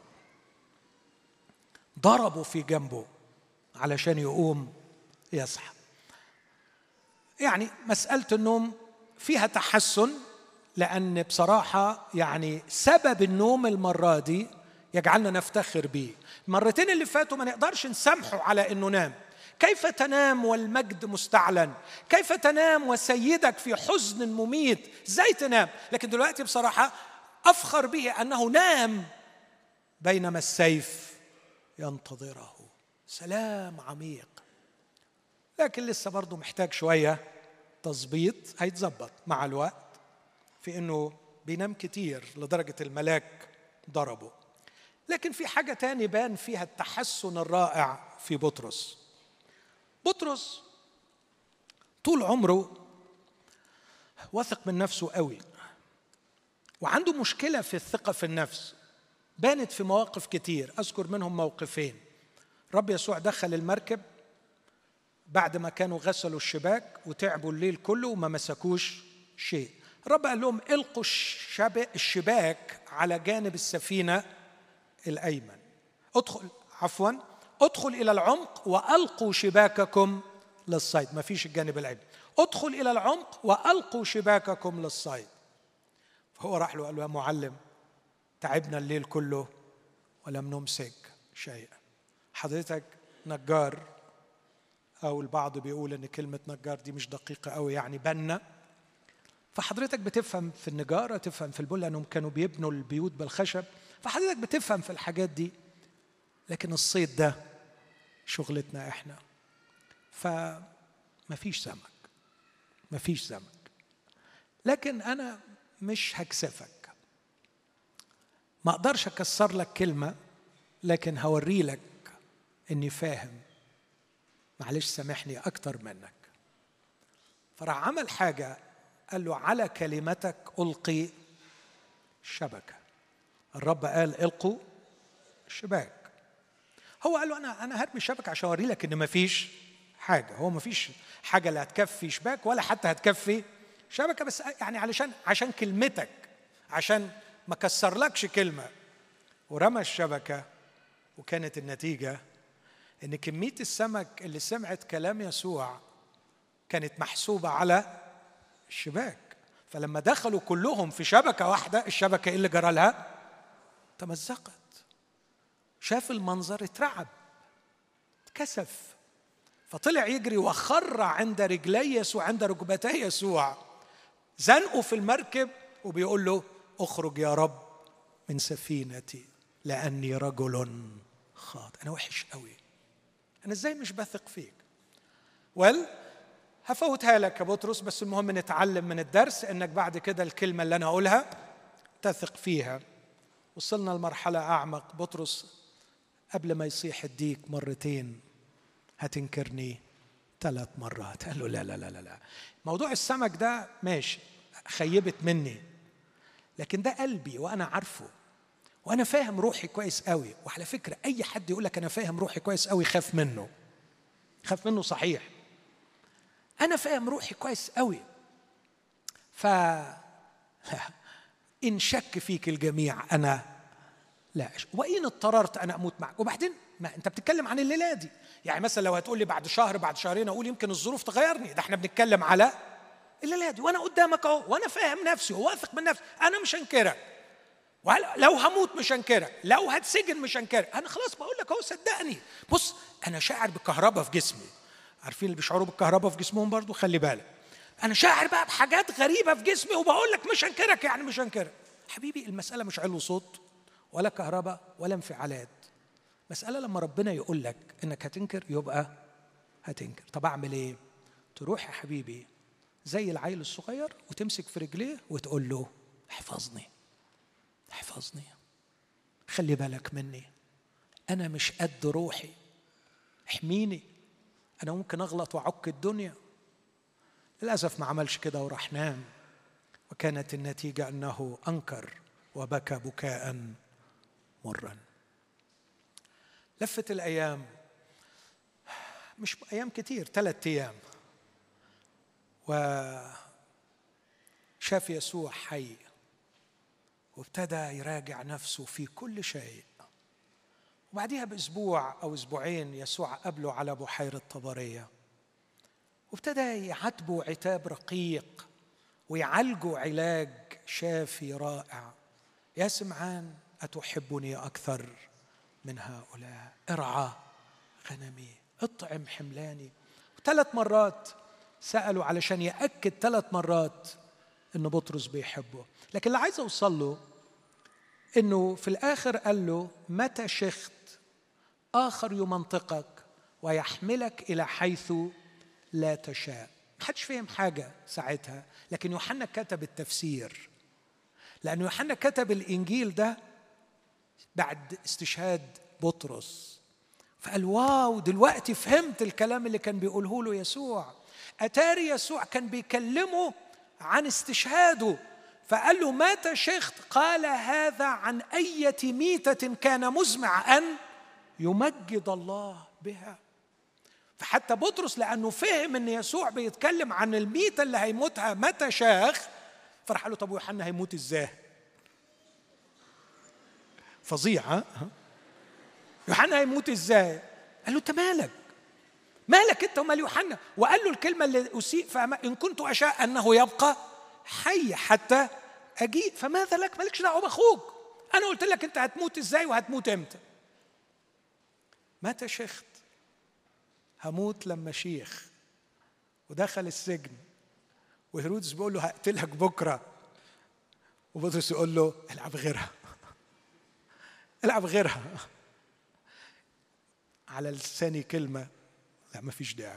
ضربه في جنبه علشان يقوم يصحى. يعني مسألة النوم فيها تحسن، لأن بصراحة يعني سبب النوم المرة دي يجعلنا نفتخر به. المرتين اللي فاتوا ما نقدرش نسامحه على إنه نام. كيف تنام والمجد مستعلن؟ كيف تنام وسيدك في حزن مميت؟ ازاي تنام؟ لكن دلوقتي بصراحة أفخر به أنه نام بينما السيف ينتظره. سلام عميق. لكن لسه برضو محتاج شوية تظبيط، هيتظبط مع الوقت، في أنه بينام كتير لدرجة الملاك ضربه. لكن في حاجة تاني بان فيها التحسن الرائع في بطرس. بطرس طول عمره واثق من نفسه قوي، وعنده مشكلة في الثقة في النفس بانت في مواقف كتير. أذكر منهم موقفين. رب يسوع دخل المركب بعد ما كانوا غسلوا الشباك وتعبوا الليل كله وما مسكوش شيء. الرب قال لهم القوا الشباك على جانب السفينة الأيمن. ادخل عفوا ادخل إلى العمق وألقوا شباككم للصيد. ما فيش الجانب الأيمن. ادخل إلى العمق وألقوا شباككم للصيد. فهو راح له قال له يا معلم تعبنا الليل كله ولم نمسك شيئا. حضرتك نجار، أو البعض بيقول إن كلمة نجار دي مش دقيقة قوي، يعني بنا. فحضرتك بتفهم في النجارة، تفهم في البول، لأنهم كانوا بيبنوا البيوت بالخشب، فحضرتك بتفهم في الحاجات دي. لكن الصيد ده شغلتنا إحنا، فما فيش سمك، ما فيش سمك. لكن أنا مش هكسفك، ما أقدرش أكسر لك كلمة، لكن هوري لك إني فاهم، معلش سامحني أكتر منك. فراح عمل حاجة، قال له على كلمتك ألقي الشبكة. الرب قال ألقوا الشباك. هو قال له أنا أنا هرمي الشبكة عشان أوري لك إن مفيش حاجة. هو مفيش حاجة لا هتكفي شباك ولا حتى هتكفي شبكة، بس يعني علشان عشان كلمتك، عشان ما كسرلكش كلمة. ورمى الشبكة، وكانت النتيجة إن كمية السمك اللي سمعت كلام يسوع كانت محسوبة على الشباك. فلما دخلوا كلهم في شبكة واحدة، الشبكة اللي جرى لها تمزقت. شاف المنظر اترعب، اتكسف، فطلع يجري وخر عند رجلي يسوع، عند ركبتي يسوع، زنقه في المركب وبيقول له اخرج يا رب من سفينتي لأني رجل خاطئ. أنا وحش قوي، أنا إزاي مش بثق فيك؟ ويل هفوتها لك يا بطرس، بس المهم نتعلم من الدرس إنك بعد كده الكلمة اللي أنا أقولها تثق فيها. وصلنا لمرحلة أعمق. بطرس قبل ما يصيح الديك مرتين هتنكرني ثلاث مرات. قال له لا لا لا لا، موضوع السمك ده ماشي، خيبت مني، لكن ده قلبي وأنا عارفه وأنا فاهم روحي كويس قوي. وعلى فكرة أي حد يقول لك أنا فاهم روحي كويس قوي خاف منه، خاف منه صحيح. أنا فاهم روحي كويس قوي، ف إن شك فيك الجميع أنا لا، وإن اضطررت أنا أموت معك. وبعدين ما أنت بتتكلم عن الليلة دي، يعني مثلا لو هتقول لي بعد شهر بعد شهرين أقول يمكن الظروف تغيرني، ده احنا بنتكلم على الليلة دي وأنا قدامك أهو، وأنا فاهم نفسي وواثق من نفسي. أنا مش هنكرك، لو هموت مش هنكرك، لو هتسجن مش هنكرك. أنا خلاص بقول لك أهو، صدقني. بص أنا شاعر بالكهرباء في جسمي، عارفين اللي بيشعروا بالكهرباء في جسمهم برضو؟ خلي بالك، أنا شاعر بقى بحاجات غريبة في جسمي وبقول لك مش هنكرك، يعني مش هنكرك. حبيبي المسألة مش علو صوت ولا كهرباء ولا انفعالات، مسألة لما ربنا يقول لك إنك هتنكر يبقى هتنكر. طب أعمل إيه؟ تروح يا حبيبي زي العيل الصغير وتمسك في رجليه وتقول له احفظني احفظني، خلي بالك مني، أنا مش قد روحي، احميني، أنا ممكن أغلط وأعك الدنيا. للأسف ما عملش كده وراح نام، وكانت النتيجة أنه أنكر وبكى بكاء مرا. لفت الأيام، مش أيام كتير، ثلاثة أيام، وشاف يسوع حي وابتدى يراجع نفسه في كل شيء. وبعديها بأسبوع أو أسبوعين يسوع قابله على بحيرة طبرية، وابتدى يعاتبه عتاب رقيق ويعالجه علاج شافي رائع. يا سمعان أتحبني أكثر من هؤلاء؟ ارعى غنمي، اطعم حملاني. ثلاث مرات سألوا علشان يأكد ثلاث مرات إن بطرس بيحبه. لكن اللي عايز أوصل له إنه في الآخر قال له متى شخت آخر يمنطقك ويحملك إلى حيث لا تشاء. محدش فهم حاجة ساعتها، لكن يوحنا كتب التفسير، لأن يوحنا كتب الإنجيل ده بعد استشهاد بطرس، فقال واو دلوقتي فهمت الكلام اللي كان بيقوله له يسوع. أتاري يسوع كان بيكلمه عن استشهاده، فقال له متى شخت؟ قال هذا عن أية ميتة كان مزمع أن يمجد الله بها. فحتى بطرس لأنه فهم أن يسوع بيتكلم عن الميتة اللي هيموتها متى شاخ، فرح له طب ويوحنا هيموت إزاي؟ فظيع ها؟ يوحنا هيموت إزاي؟ قال له أنت مالك مالك أنت ومال يوحنا؟ وقال له الكلمة اللي أسيء فما إن كنت أشاء أنه يبقى حي حتى أجيء، فماذا لك؟ مالكش دعوة بأخوك، أنا قلت لك أنت هتموت إزاي وهتموت إمتى. متى شخت؟ هموت لما شيخ. ودخل السجن وهيرودس بيقول له هقتلك بكرة، وبطرس يقول له العب غيرها العب غيرها. على لساني كلمة لا ما فيش داعي،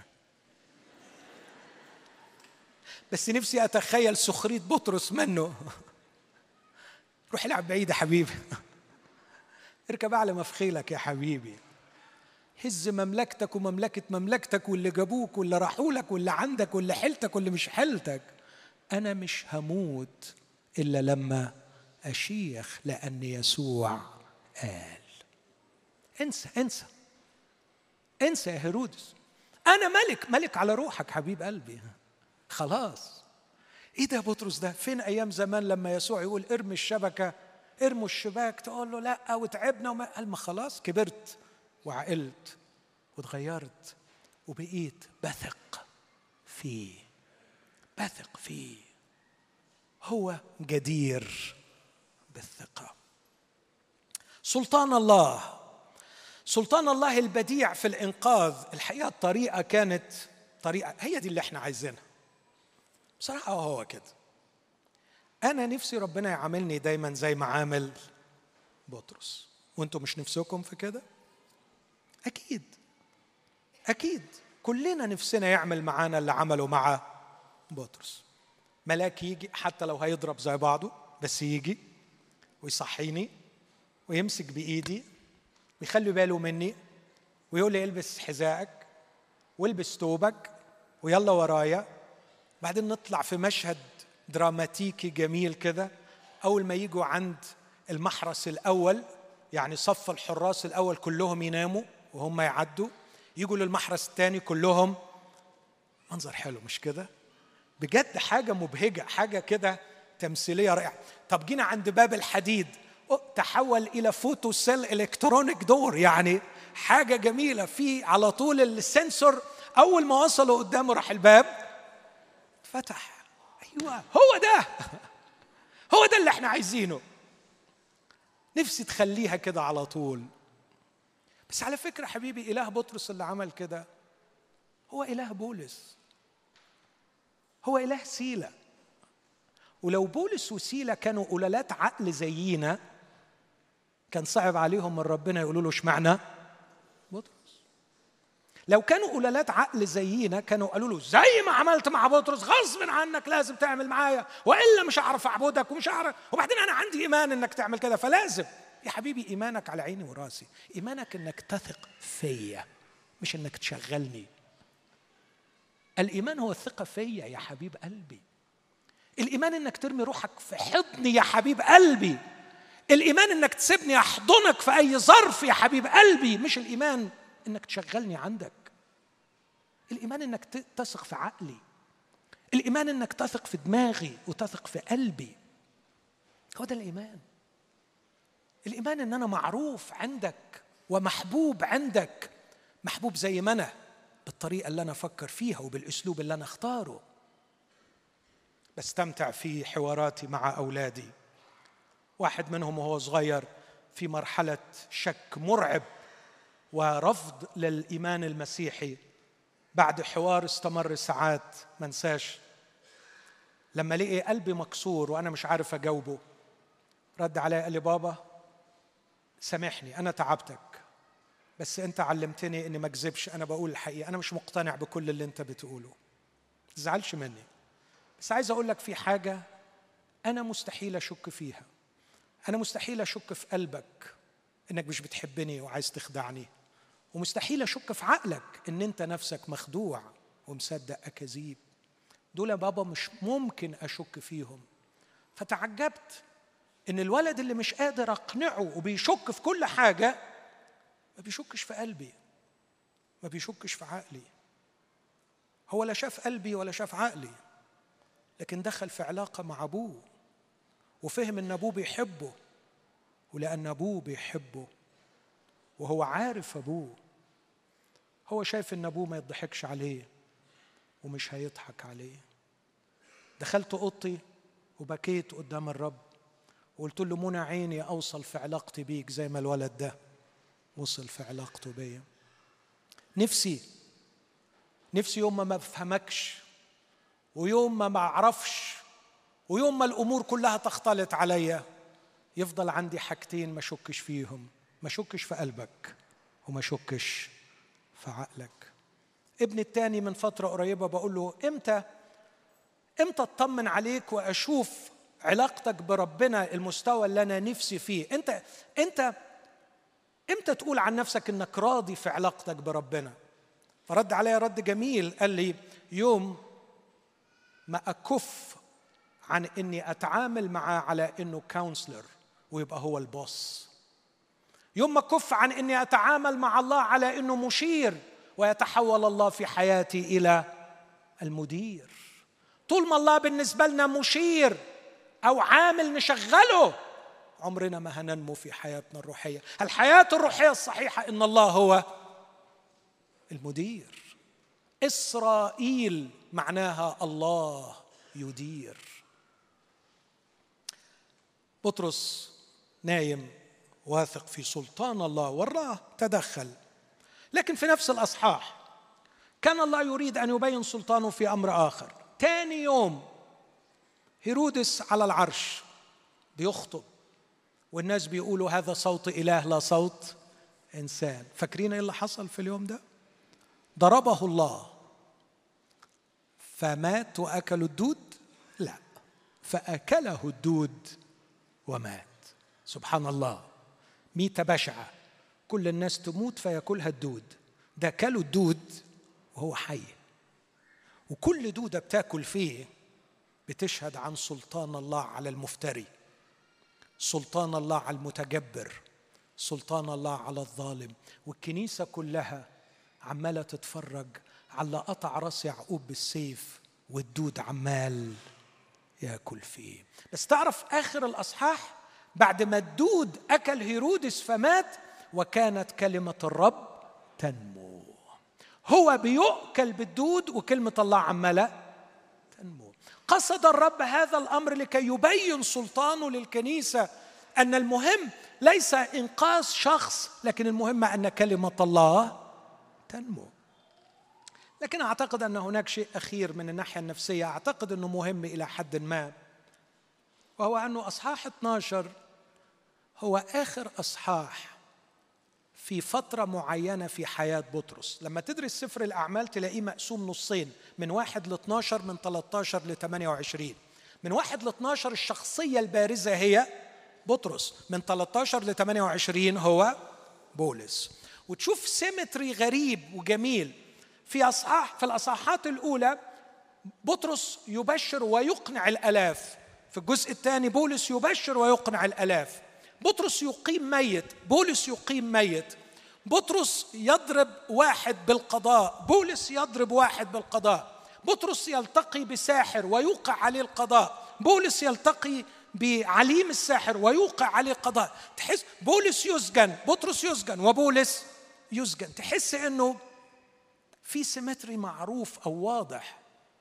بس نفسي أتخيل سخرية بطرس منه. روح العب بعيد يا حبيبي، اركب أعلى مفخيلك يا حبيبي، هز مملكتك ومملكة مملكتك واللي جابوك واللي راحوا لك واللي عندك واللي حيلتك واللي مش حيلتك. أنا مش هموت إلا لما أشيخ، لأن يسوع قال. انسى انسى انسى يا هيرودس، أنا ملك ملك على روحك حبيب قلبي، خلاص. إيه ده بطرس ده؟ فين أيام زمان لما يسوع يقول ارمي الشبكة ارموا الشباك تقول له لا وتعبنا وما قال ما خلاص كبرت وعقلت وتغيرت وبقيت بثق فيه، بثق فيه، هو جدير بالثقة. سلطان الله سلطان الله البديع في الإنقاذ. الحقيقة الطريقة كانت طريقة هي دي اللي احنا عايزينها بصراحة. هو كده أنا نفسي ربنا يعاملني دايما زي ما عامل بطرس. وانتم مش نفسكم في كده؟ أكيد أكيد كلنا نفسنا يعمل معانا اللي عمله مع بطرس. ملاك يجي حتى لو هيضرب زي بعضه، بس يجي ويصحيني ويمسك بإيدي ويخلي باله مني ويقول لي البس حذائك والبس ثوبك ويلا ورايا. بعدين نطلع في مشهد دراماتيكي جميل كده. أول ما يجوا عند المحرس الأول، يعني صف الحراس الأول كلهم يناموا وهم يعدوا، يجوا للمحرس الثاني كلهم. منظر حلو مش كده؟ بجد حاجة مبهجة، حاجة كده تمثيلية رائعة. طب جينا عند باب الحديد، تحول إلى فوتو سيل إلكترونيك دور، يعني حاجة جميلة. في على طول السنسور أول ما وصلوا قدامه راح الباب فتح. أيوة هو ده هو ده اللي احنا عايزينه. نفسي تخليها كده على طول. بس على فكرة حبيبي، إله بطرس اللي عمل كده هو إله بولس، هو إله سيلة. ولو بولس وسيلة كانوا قلالات عقل زينا كان صعب عليهم من ربنا يقولوا له اشمعنى بطرس. لو كانوا قلالات عقل زينا كانوا قالوا له زي ما عملت مع بطرس غصب عنك لازم تعمل معايا، وإلا مش هعرف أعبدك ومش هعرف، وبعدين أنا عندي إيمان إنك تعمل كده فلازم. يا حبيبي إيمانك على عيني وراسي، إيمانك إنك تثق فيا مش إنك تشغلني. الإيمان هو الثقة فيا يا حبيب قلبي. الإيمان إنك ترمي روحك في حضني يا حبيب قلبي. الإيمان إنك تسيبني أحضنك في أي ظرف يا حبيب قلبي، مش الإيمان إنك تشغلني عندك. الإيمان إنك تثق في عقلي، الإيمان إنك تثق في دماغي وتثق في قلبي. هو ده الإيمان. الإيمان إن أنا معروف عندك ومحبوب عندك، محبوب زي ما أنا، بالطريقة اللي أنا أفكر فيها وبالأسلوب اللي أنا أختاره. بستمتع في حواراتي مع أولادي. واحد منهم وهو صغير في مرحلة شك مرعب ورفض للإيمان المسيحي، بعد حوار استمر ساعات ما انساش، لما لقي قلبي مكسور وأنا مش عارف أجاوبه، رد علي قال لي بابا سامحني أنا تعبتك، بس أنت علمتني إني ما أكذبش، أنا بقول الحقيقة، أنا مش مقتنع بكل اللي أنت بتقوله، ما تزعلش مني، بس عايز أقول لك في حاجة أنا مستحيل أشك فيها. أنا مستحيل أشك في قلبك إنك مش بتحبني وعايز تخدعني، ومستحيل أشك في عقلك إن أنت نفسك مخدوع ومصدق أكاذيب. دول يا بابا مش ممكن أشك فيهم. فتعجبت إن الولد اللي مش قادر أقنعه وبيشك في كل حاجة ما بيشكش في قلبي، ما بيشكش في عقلي. هو لا شاف قلبي ولا شاف عقلي، لكن دخل في علاقة مع أبوه وفهم إن أبوه بيحبه، ولأن أبوه بيحبه وهو عارف أبوه، هو شايف إن أبوه ما يضحكش عليه ومش هيضحك عليه. دخلت أوضتي وبكيت قدام الرب وقلت له منى عيني أوصل في علاقتي بيك زي ما الولد ده وصل في علاقته بيا. نفسي نفسي يوم ما ما بفهمكش ويوم ما ما أعرفش ويوم ما الأمور كلها تختلط عليا يفضل عندي حاجتين ما شكش فيهم، ما شكش في قلبك وما شكش في عقلك. ابن التاني من فترة قريبة بقول له امتى امتى اطمن عليك واشوف علاقتك بربنا المستوى اللي انا نفسي فيه. انت انت امتى تقول عن نفسك انك راضي في علاقتك بربنا؟ فرد عليا رد جميل، قال لي يوم ما اكف عن اني اتعامل معاه على انه كونسلر ويبقى هو البوس، يوم ما اكف عن اني اتعامل مع الله على انه مشير ويتحول الله في حياتي الى المدير. طول ما الله بالنسبه لنا مشير او عامل نشغله عمرنا ما هننمو في حياتنا الروحيه. الحياه الروحيه الصحيحه ان الله هو المدير. إسرائيل معناها الله يدير. بطرس نايم واثق في سلطان الله، والله تدخل. لكن في نفس الأصحاح كان الله يريد أن يبين سلطانه في أمر آخر. تاني يوم هيرودس على العرش بيخطب، والناس بيقولوا هذا صوت إله لا صوت إنسان. فاكرين إيه اللي حصل في اليوم ده؟ ضربه الله فمات وأكلوا الدود؟ لا، فأكله الدود ومات. سبحان الله، ميتة بشعة كل الناس تموت فيأكلها الدود، ده أكلوا الدود وهو حي. وكل دودة بتاكل فيه بتشهد عن سلطان الله على المفتري، سلطان الله على المتجبر، سلطان الله على الظالم. والكنيسة كلها عمالة تتفرج على قطع راس يعقوب بالسيف والدود عمال يأكل فيه. بس تعرف آخر الأصحاح بعد ما الدود أكل هيرودس فمات، وكانت كلمة الرب تنمو. هو بيؤكل بالدود وكلمة الله عمالة تنمو. قصد الرب هذا الأمر لكي يبين سلطانه للكنيسة، أن المهم ليس إنقاذ شخص، لكن المهم أن كلمة الله تنمو. لكن أعتقد أن هناك شيء أخير من الناحية النفسية، أعتقد أنه مهم إلى حد ما، وهو أنه أصحاح اثنا عشر هو آخر أصحاح في فترة معينة في حياة بطرس. لما تدرس سفر الأعمال تلاقيه مقسوم نصين، من واحد لاثنى عشر، من ثلاثة عشر لثمانية وعشرين. من واحد لاثنى عشر الشخصية البارزة هي بطرس، من ثلاثة عشر لثمانية وعشرين هو بولس. وتشوف سيمتري غريب وجميل في أصحاح في الأصحاحات الأولى بطرس يبشر ويقنع الآلاف، في الجزء الثاني بولس يبشر ويقنع الآلاف. بطرس يقيم ميت، بولس يقيم ميت. بطرس يضرب واحد بالقضاء، بولس يضرب واحد بالقضاء. بطرس يلتقي بساحر ويوقع عليه القضاء، بولس يلتقي بعليم الساحر ويوقع عليه قضاء. تحس بولس يسجن، بطرس يسجن، وبولس يسجن. تحس انه في سيمتري معروف او واضح.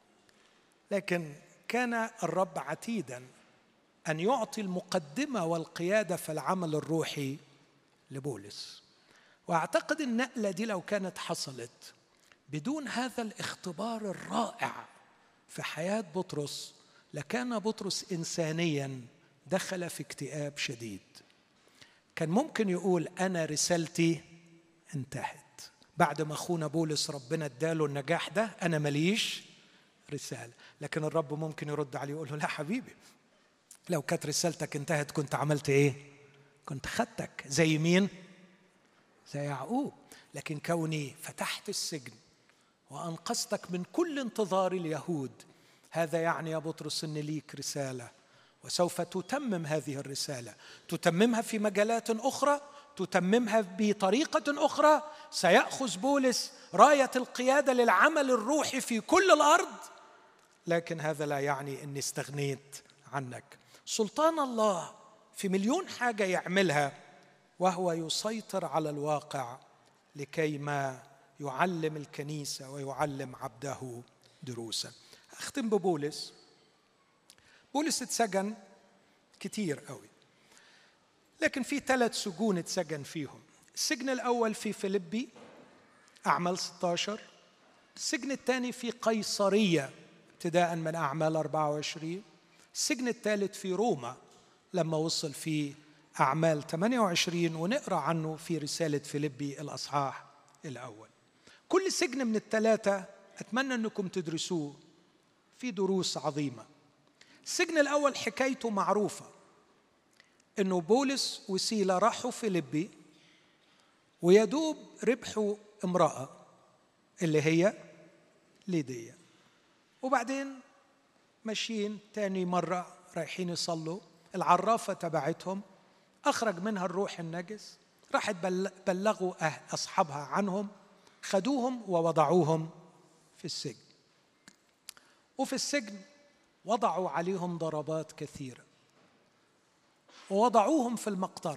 لكن كان الرب عتيدا أن يعطي المقدمة والقيادة في العمل الروحي لبولس. وأعتقد النقلة دي لو كانت حصلت بدون هذا الاختبار الرائع في حياة بطرس، لكان بطرس إنسانيا دخل في اكتئاب شديد. كان ممكن يقول أنا رسالتي انتهت. بعد ما أخونا بولس ربنا اداله النجاح ده، أنا مليش رسالة. لكن الرب ممكن يرد عليه ويقول له لا حبيبي، لو كانت رسالتك انتهت كنت عملت ايه؟ كنت خدتك زي مين؟ زي يعقوب. لكن كوني فتحت السجن وأنقذتك من كل انتظار اليهود، هذا يعني يا بطرس أن ليك رسالة، وسوف تتمم هذه الرسالة، تتممها في مجالات أخرى، تتممها بطريقة أخرى. سيأخذ بولس راية القيادة للعمل الروحي في كل الأرض، لكن هذا لا يعني أني استغنيت عنك. سلطان الله في مليون حاجة يعملها، وهو يسيطر على الواقع لكي ما يعلم الكنيسة ويعلم عبده دروسا. أختم ببولس. بولس اتسجن كتير قوي، لكن في ثلاث سجون اتسجن فيهم. السجن الأول في فيلبي، أعمال ستة عشر. السجن الثاني في قيصرية ابتداء من أعمال أربعة وعشرين. السجن الثالث في روما لما وصل في أعمال ثمانية وعشرين، ونقرأ عنه في رسالة فيلبي الأصحاح الأول. كل سجن من الثلاثة أتمنى أنكم تدرسوه، في دروس عظيمة. السجن الأول حكايته معروفة، أنه بولس وسيلة راحوا فيلبي ويدوب ربحوا امرأة اللي هي ليديا، وبعدين ماشيين تاني مرة رايحين يصلوا، العرافة تبعتهم أخرج منها الروح النجس، راحت بلغوا أصحابها عنهم، خدوهم ووضعوهم في السجن. وفي السجن وضعوا عليهم ضربات كثيرة، ووضعوهم في المقطرة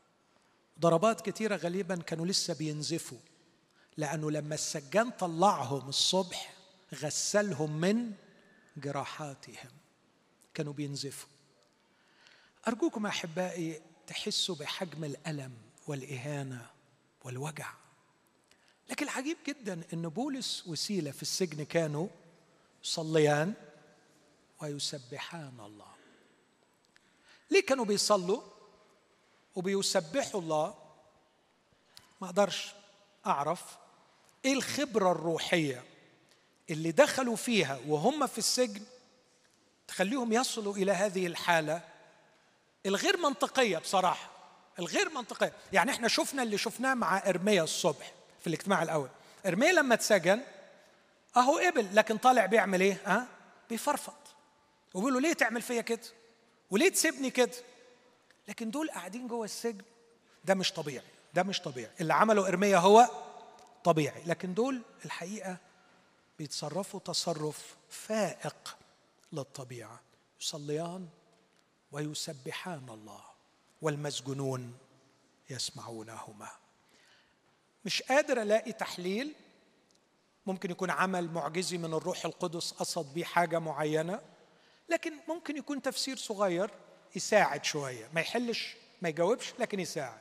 ضربات كثيرة. غالبا كانوا لسه بينزفوا، لأنه لما السجان طلعهم الصبح غسلهم من جراحاتهم، كانوا بينزفوا. أرجوكم أحبائي تحسوا بحجم الألم والإهانة والوجع. لكن العجيب جدا أن بولس وسيلة في السجن كانوا يصليان ويسبحان الله. ليه كانوا بيصلوا وبيسبحوا الله؟ ما أقدرش أعرف إيه الخبرة الروحية اللي دخلوا فيها وهم في السجن تخليهم يصلوا إلى هذه الحالة الغير منطقية. بصراحة الغير منطقية. يعني احنا شفنا اللي شفناه مع إرميا الصبح في الاجتماع الأول. إرميا لما اتسجن أهو قبل، لكن طالع بيعمل إيه؟ ها؟ بيفرفط وبيقولوا ليه تعمل فيا كده؟ وليه تسيبني كده؟ لكن دول قاعدين جوه السجن، ده مش طبيعي، ده مش طبيعي. اللي عمله إرميا هو طبيعي، لكن دول الحقيقة بيتصرفوا تصرف فائق للطبيعة. يصليان ويسبحان الله والمسجونون يسمعونهما. مش قادر ألاقي تحليل. ممكن يكون عمل معجزي من الروح القدس قصد بيه حاجة معينة، لكن ممكن يكون تفسير صغير يساعد شوية، ما يحلش ما يجاوبش لكن يساعد.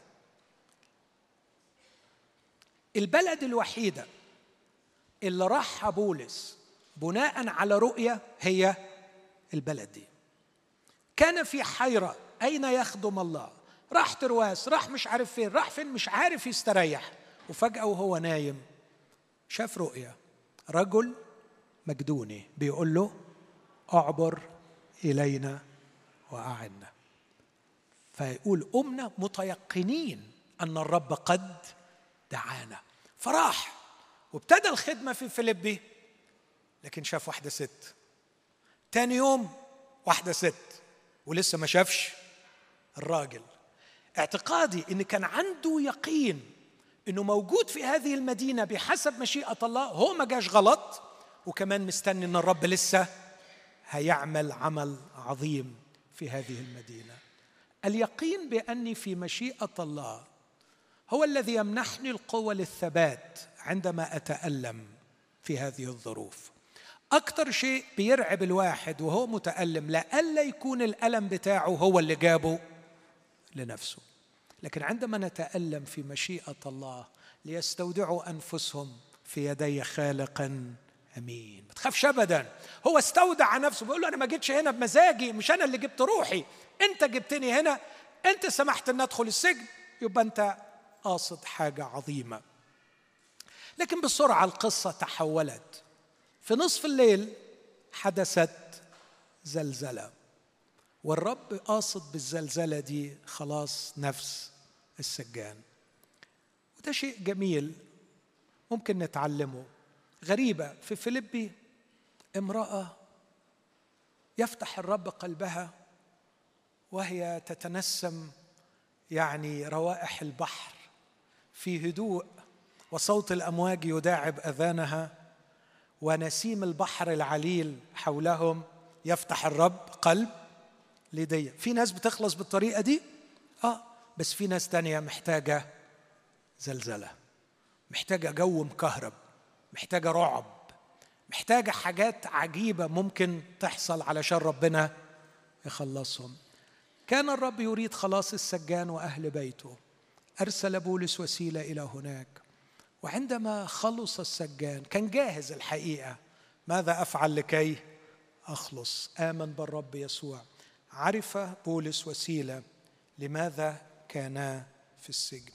البلد الوحيدة اللي راحها بولس بناء على رؤية هي البلد دي. كان في حيرة أين يخدم الله، راح ترواس، راح مش عارف فين، راح فين مش عارف يستريح، وفجأة وهو نايم شاف رؤية، رجل مجدوني بيقول له أعبر إلينا وأعنا. فيقول قمنا متيقنين أن الرب قد دعانا. فراح وابتدى الخدمة في فيليبي، لكن شاف واحدة ست. تاني يوم واحدة ست، ولسه ما شافش الراجل. اعتقادي إن كان عنده يقين إنه موجود في هذه المدينة بحسب مشيئة الله، هو ما جاش غلط، وكمان مستني إن الرب لسه هيعمل عمل عظيم في هذه المدينة. اليقين بأني في مشيئة الله هو الذي يمنحني القوة للثبات عندما أتألم في هذه الظروف. أكتر شيء بيرعب الواحد وهو متألم لألا يكون الألم بتاعه هو اللي جابه لنفسه، لكن عندما نتألم في مشيئة الله ليستودعوا أنفسهم في يدي خالق أمين. ما تخافش أبدا، هو استودع نفسه، بيقول له أنا ما جيتش هنا بمزاجي، مش أنا اللي جبت روحي، أنت جبتني هنا، أنت سمحت أن أدخل السجن، يبقى أنت قاصد حاجة عظيمة. لكن بسرعة القصة تحولت. في نصف الليل حدثت زلزلة، والرب قاصد بالزلزلة دي خلاص نفس السجان. وده شيء جميل ممكن نتعلمه. غريبة في فيليبي امرأة يفتح الرب قلبها وهي تتنسم يعني روائح البحر في هدوء، وصوت الأمواج يداعب أذانها، ونسيم البحر العليل حولهم. يفتح الرب قلب ليديا. في ناس بتخلص بالطريقة دي آه بس في ناس تانية محتاجة زلزلة، محتاجة جو مكهرب، محتاجة رعب، محتاجة حاجات عجيبة ممكن تحصل علشان ربنا يخلصهم. كان الرب يريد خلاص السجان وأهل بيته، أرسل بولس وسيلة إلى هناك، وعندما خلص السجان كان جاهز الحقيقة. ماذا أفعل لكي أخلص؟ آمن بالرب يسوع. عرف بولس وسيلة لماذا كانا في السجن.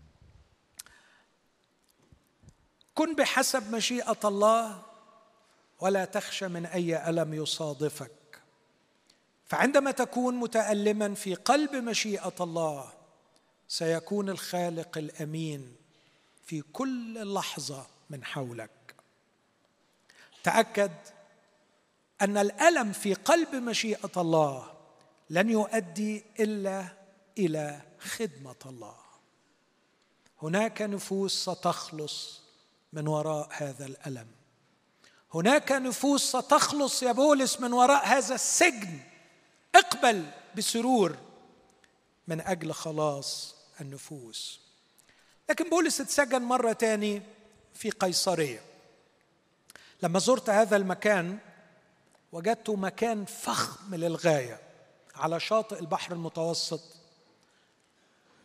كن بحسب مشيئة الله ولا تخشى من أي ألم يصادفك. فعندما تكون متألما في قلب مشيئة الله سيكون الخالق الأمين في كل لحظة من حولك. تأكد أن الألم في قلب مشيئة الله لن يؤدي إلا إلى خدمة الله. هناك نفوس ستخلص من وراء هذا الألم، هناك نفوس ستخلص يا بولس من وراء هذا السجن. اقبل بسرور من أجل خلاص النفوس. لكن بولس اتسجن مرة تاني في قيصرية. لما زرت هذا المكان وجدته مكان فخم للغاية على شاطئ البحر المتوسط،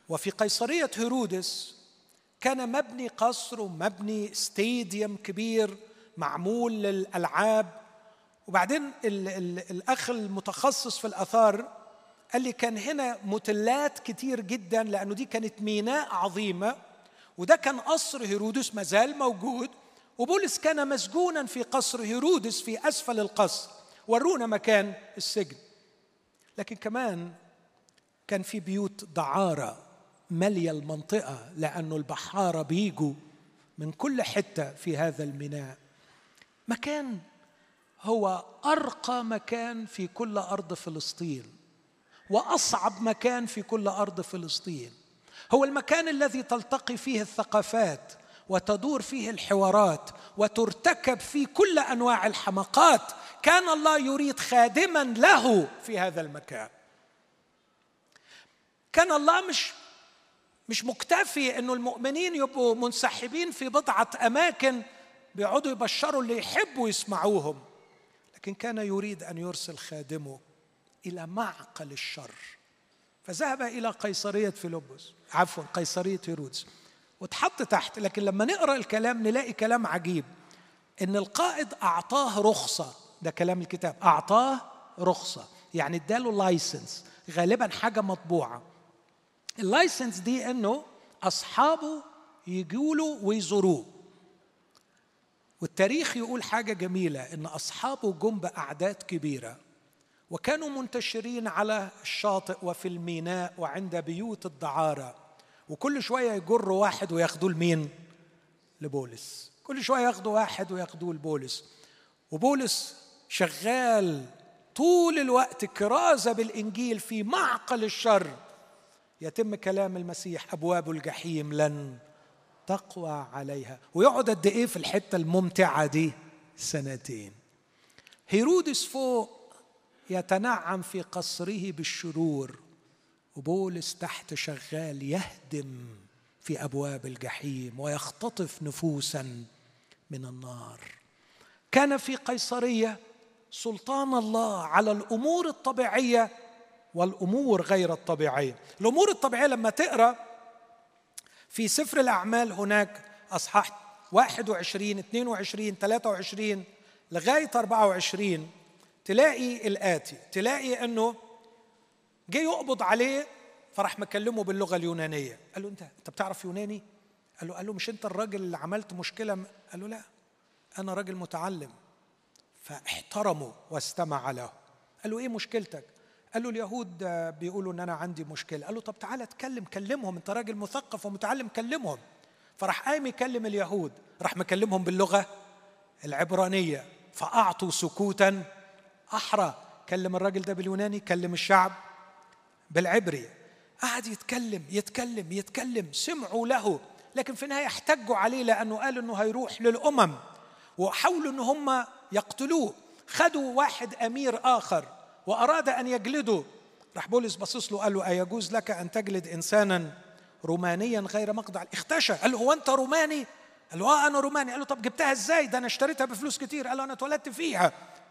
وفي قيصرية هيرودس كان مبني قصر ومبني ستاديوم كبير معمول للألعاب. وبعدين ال ال الأخ المتخصص في الآثار قال لي كان هنا موتيلات كتير جدا، لأنه دي كانت ميناء عظيمة، وده كان قصر هيرودس مازال موجود، وبولس كان مسجونا في قصر هيرودس في أسفل القصر. ورونا مكان السجن. لكن كمان كان في بيوت دعارة مالية المنطقة، لأنه البحارة بيجوا من كل حتة في هذا الميناء. مكان هو أرقى مكان في كل أرض فلسطين، وأصعب مكان في كل أرض فلسطين. هو المكان الذي تلتقي فيه الثقافات وتدور فيه الحوارات وترتكب فيه كل أنواع الحماقات. كان الله يريد خادما له في هذا المكان. كان الله مش مش مكتفي إنه المؤمنين يبقوا منسحبين في بضعة أماكن بيقعدوا يبشروا اللي يحبوا يسمعوهم، لكن كان يريد أن يرسل خادمه إلى معقل الشر. فذهب إلى قيصرية فيلبس، عفوا قيصرية هيرودس، وتحط تحت. لكن لما نقرأ الكلام نلاقي كلام عجيب، إن القائد أعطاه رخصة. ده كلام الكتاب، أعطاه رخصة، يعني اداله لايسنس، غالبا حاجة مطبوعة. اللايسنس دي إنه أصحابه يجولوا ويزوروه. والتاريخ يقول حاجة جميلة، إن أصحابه جم بأعداد كبيرة، وكانوا منتشرين على الشاطئ وفي الميناء وعند بيوت الدعارة، وكل شوية يجروا واحد وياخدوه لمين؟ لبولس. كل شوية ياخدوا واحد وياخدوه لبولس، وبولس شغال طول الوقت كرازة بالإنجيل في معقل الشر. يتم كلام المسيح: أبواب الجحيم لن تقوى عليها. ويقعد قد إيه في الحتة الممتعة دي؟ سنتين. هيرودس فوق يتنعم في قصره بالشرور، وبولس تحت شغال يهدم في أبواب الجحيم ويختطف نفوسا من النار. كان في قيصرية سلطان الله على الأمور الطبيعية والأمور غير الطبيعية. الأمور الطبيعية لما تقرأ في سفر الأعمال هناك أصحاح واحد وعشرين اثنين وعشرين ثلاثة وعشرين لغاية أربعة وعشرين تلاقي الآتي، تلاقي أنه جاي يقبض عليه، فراح مكلمه باللغة اليونانية. قال له: أنت أنت بتعرف يوناني؟ قال له قال له مش أنت الراجل اللي عملت مشكلة؟ قال له: لا، أنا راجل متعلم. فاحترمه واستمع له. قال له: إيه مشكلتك؟ قال له: اليهود بيقولوا أن أنا عندي مشكلة. قال له: طب تعالى اتكلم، كلمهم، أنت راجل مثقف ومتعلم، كلمهم. فراح قايم يكلم اليهود، راح مكلمهم باللغة العبرانية، فأعطوا سكوتا أحرى. كلم الراجل ده باليوناني، كلم الشعب بالعبري. قعد يتكلم يتكلم يتكلم، سمعوا له، لكن في النهاية احتجوا عليه لأنه قال أنه هيروح للأمم، وحاولوا أن هم يقتلوه. خدوا واحد أمير آخر وأراد أن يجلده. راح بولس بصص له قال له: أيجوز لك أن تجلد إنسانا رومانيا غير مقدع؟ اختشى. قال له: هو أنت روماني؟ قال له: آه أنا روماني. قال له: طب جبتها إزاي؟ ده أنا اشتريتها بفلوس كتير. قال له: أنا اتولدت فيها.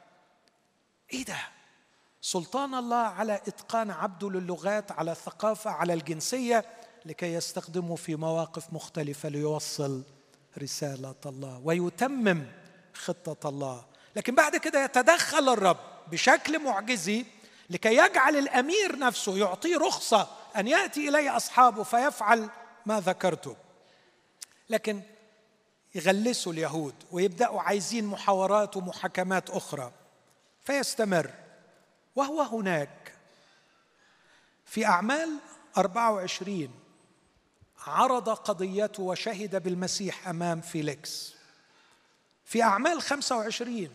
إيه ده؟ سلطان الله على إتقان عبده للغات، على الثقافة، على الجنسية، لكي يستخدمه في مواقف مختلفة ليوصل رسالة الله ويتمم خطة الله. لكن بعد كده يتدخل الرب بشكل معجزي لكي يجعل الأمير نفسه يعطيه رخصة أن يأتي إليه أصحابه فيفعل ما ذكرته. لكن يغلسوا اليهود ويبدأوا عايزين محاورات ومحاكمات أخرى، فيستمر. وهو هناك في أعمال أربعة وعشرين عرض قضيته وشهد بالمسيح أمام فيليكس. في أعمال خمسة وعشرين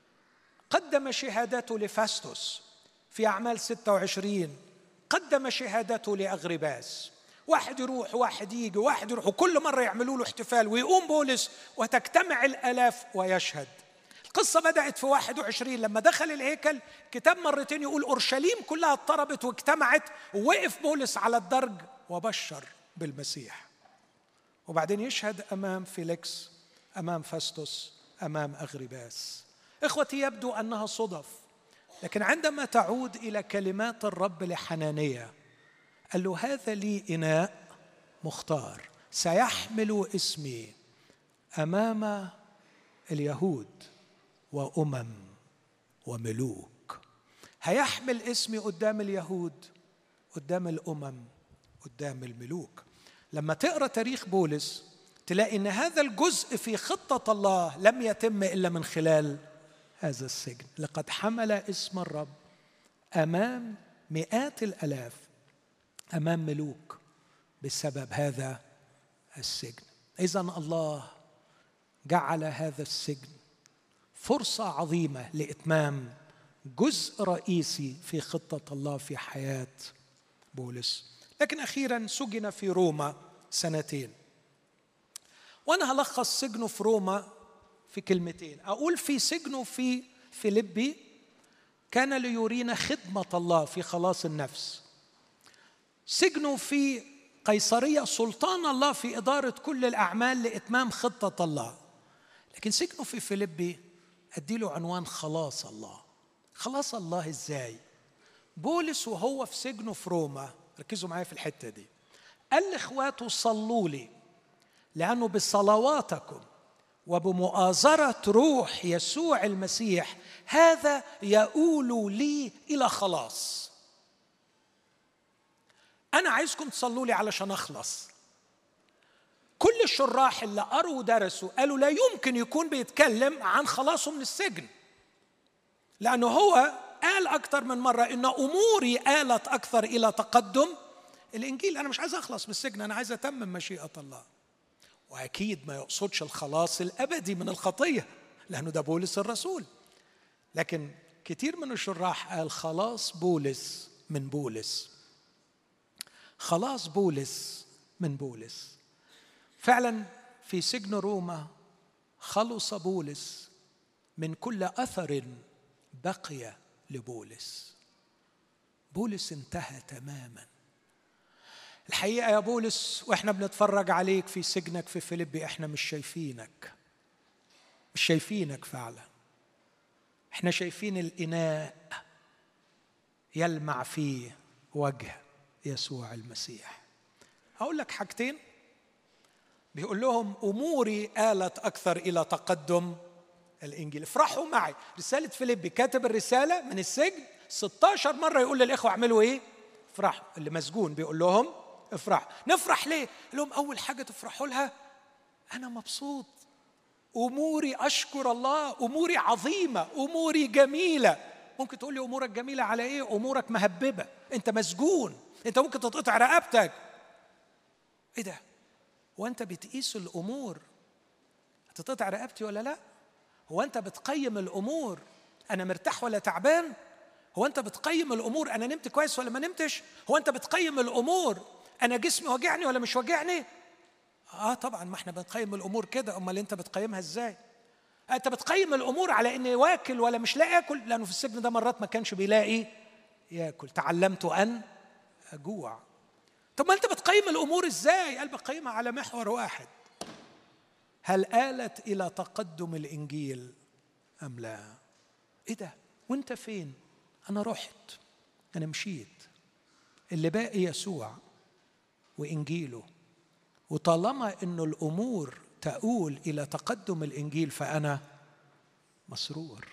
قدم شهادته لفاستوس. في أعمال ستة وعشرين قدم شهادته لأغرباس. واحد يروح واحد يجي واحد يروح، وكل مرة يعملوا له احتفال، ويقوم بولس وتجتمع الآلاف ويشهد. القصة بدأت في واحد وعشرين لما دخل الهيكل. كتاب مرتين يقول أورشليم كلها اضطربت واجتمعت، ووقف بولس على الدرج وبشر بالمسيح. وبعدين يشهد أمام فيليكس، أمام فاستوس، أمام أغرباس. إخوتي، يبدو أنها صدف، لكن عندما تعود إلى كلمات الرب لحنانية قال له هذا لي إناء مختار سيحمل اسمي أمام اليهود وأمم وملوك. هيحمل اسمي قدام اليهود، قدام الأمم، قدام الملوك. لما تقرأ تاريخ بولس تلاقي إن هذا الجزء في خطة الله لم يتم إلا من خلال هذا السجن. لقد حمل اسم الرب أمام مئات الآلاف، أمام ملوك، بسبب هذا السجن. إذن الله جعل هذا السجن فرصة عظيمة لإتمام جزء رئيسي في خطة الله في حياة بولس. لكن أخيراً سجن في روما سنتين. وأنا هلخص سجنه في روما في كلمتين. أقول في سجنه في فيليبي كان ليرينا خدمة الله في خلاص النفس. سجنه في قيصرية سلطان الله في إدارة كل الأعمال لإتمام خطة الله. لكن سجنه في فيليبي أديله عنوان خلاص الله. خلاص الله إزاي؟ بولس وهو في سجنه في روما، ركزوا معايا في الحتة دي، قال لإخواته صلوا لي لأنه بصلواتكم وبمؤازرة روح يسوع المسيح هذا يؤول لي إلى خلاص. أنا عايزكم تصلوا لي علشان أخلص. كل الشراح اللي قروا ودرسوا قالوا لا يمكن يكون بيتكلم عن خلاصه من السجن، لأنه هو قال أكثر من مرة إن أموري آلت أكثر إلى تقدم الإنجيل. أنا مش عايز أخلص من السجن، أنا عايز أتمم مشيئة الله. وأكيد ما يقصدش الخلاص الأبدي من الخطية، لأنه ده بولس الرسول. لكن كتير من الشراح قال خلاص بولس من بولس، خلاص بولس من بولس. فعلا في سجن روما خلص بولس من كل أثر بقي لبولس. بولس انتهى تماما. الحقيقة يا بولس وإحنا بنتفرج عليك في سجنك في فيليبي إحنا مش شايفينك، مش شايفينك فعلا. إحنا شايفين الإناء يلمع فيه وجه يسوع المسيح. هقول لك حاجتين. بيقول لهم أموري آلت أكثر إلى تقدم الإنجيل. افرحوا معي. رسالة فيليبي كاتب الرسالة من السجن ستة عشر مرة يقول للإخوة اعملوا إيه؟ افرحوا. اللي مسجون بيقول لهم افرحوا. نفرح ليه؟ لهم أول حاجة تفرحوا لها أنا مبسوط، أموري أشكر الله، أموري عظيمة، أموري جميلة. ممكن تقول لي أمورك جميلة على إيه؟ أمورك مهببة، أنت مسجون، أنت ممكن تتقطع رقبتك. إيه ده؟ هو أنت بتقيس الأمور هتتقطع رقبتي ولا لا؟ هو أنت بتقيم الأمور أنا مرتاح ولا تعبان؟ هو أنت بتقيم الأمور أنا نمت كويس ولا ما نمتش؟ هو أنت بتقيم الأمور أنا جسمي وجعني ولا مش وجعني؟ آه طبعا، ما احنا بنقيم الأمور كده. أمال أنت بتقيمها إزاي؟ أنت بتقيم الأمور على إني واكل ولا مش لاقي أكل، لأنه في السجن ده مرات ما كانش بيلاقي ياكل. تعلمت أن أجوع. طب ما أنت بتقيم الأمور إزاي؟ قال بقيمها على محور واحد: هل آلت إلى تقدم الإنجيل أم لا؟ إيه ده؟ وأنت فين؟ أنا رحت، أنا مشيت، اللي باقي يسوع وإنجيله. وطالما إنه الأمور تؤول إلى تقدم الإنجيل فأنا مسرور.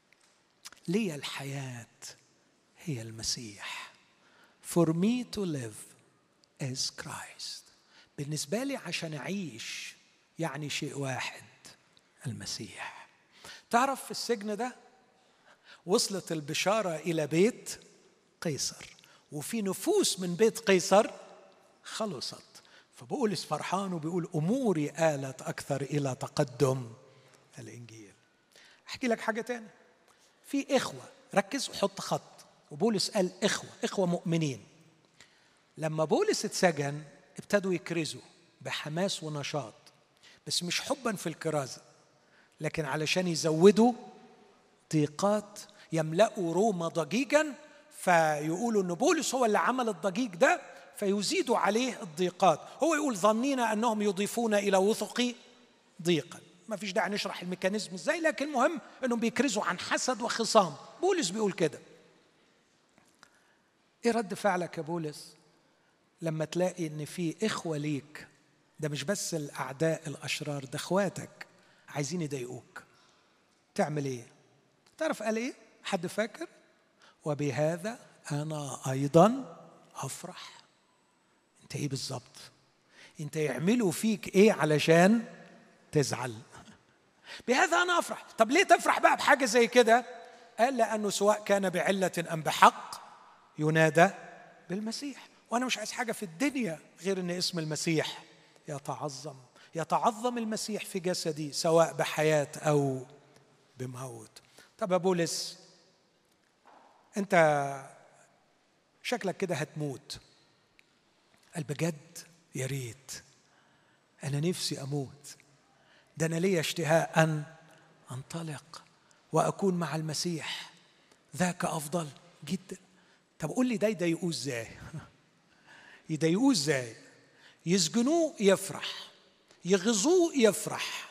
لي الحياة هي المسيح. For me to live is Christ. بالنسبة لي عشان أعيش يعني شيء واحد: المسيح. تعرف في السجن ده وصلت البشارة إلى بيت قيصر، وفي نفوس من بيت قيصر خلصت. فبولس فرحان وبيقول أموري آلت أكثر إلى تقدم الإنجيل. أحكي لك حاجة تانية. في إخوة، ركز وحط خط، وبولس قال إخوة إخوة مؤمنين. لما بولس اتسجن ابتدوا يكرزوا بحماس ونشاط، بس مش حبا في الكرازة، لكن علشان يزودوا ضيقات، يملأوا روما ضجيجا، فيقولوا أن بولس هو اللي عمل الضجيج ده، فيزيدوا عليه الضيقات. هو يقول ظنينا أنهم يضيفون إلى وثقي ضيقا. ما فيش داعي نشرح الميكانيزم ازاي، لكن المهم أنهم بيكرزوا عن حسد وخصام. بولس بيقول كده. إيه رد فعلك يا بولس؟ لما تلاقي ان في اخوة ليك، ده مش بس الاعداء الاشرار، ده اخواتك عايزين يضايقوك، تعمل ايه؟ تعرف قال ايه؟ حد فاكر؟ وبهذا انا ايضا افرح. انت ايه بالظبط؟ انت يعملوا فيك ايه علشان تزعل؟ بهذا انا افرح. طب ليه تفرح بقى بحاجه زي كده؟ قال لانه سواء كان بعله ام بحق ينادى بالمسيح، وانا مش عايز حاجه في الدنيا غير ان اسم المسيح يتعظم. يتعظم المسيح في جسدي سواء بحياه او بموت. طب يا بولس، انت شكلك كده هتموت. قال بجد؟ يا ريت، انا نفسي اموت، ده انا لي اشتهاء ان انطلق واكون مع المسيح، ذاك افضل جدا. طب قول لي ده يضايقوه ازاي؟ يضايقوه ازاي؟ يسجنوه يفرح، يغزوه يفرح،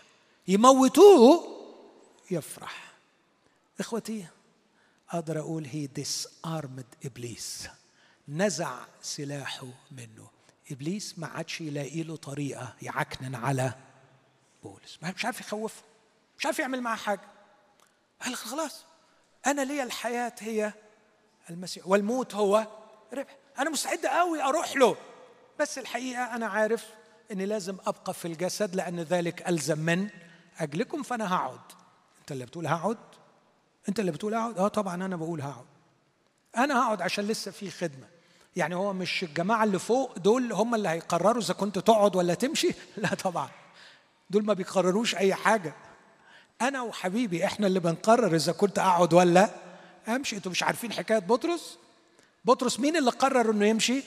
يموتوه يفرح. اخوتي، اقدر اقول هي disarmed ابليس، نزع سلاحه منه. ابليس ما عادش يلاقي له طريقه يعكنن على بولس، مش عارف يخوفه، مش عارف يعمل معاه حاجه. قال خلاص، انا ليا الحياه هي المسيح والموت هو ربح، انا مستعد قوي اروح له، بس الحقيقه انا عارف اني لازم ابقى في الجسد لان ذلك الزم من اجلكم، فانا هقعد. انت اللي بتقول هقعد؟ انت اللي بتقول هقعد؟ اه طبعا انا بقول هقعد، انا هقعد عشان لسه في خدمه. يعني هو مش الجماعه اللي فوق دول هم اللي هيقرروا اذا كنت تقعد ولا تمشي؟ لا طبعا، دول ما بيقرروش اي حاجه. انا وحبيبي احنا اللي بنقرر اذا كنت اقعد ولا امشي. انتوا مش عارفين حكايه بطرس؟ بطرس مين اللي قرر انه يمشي؟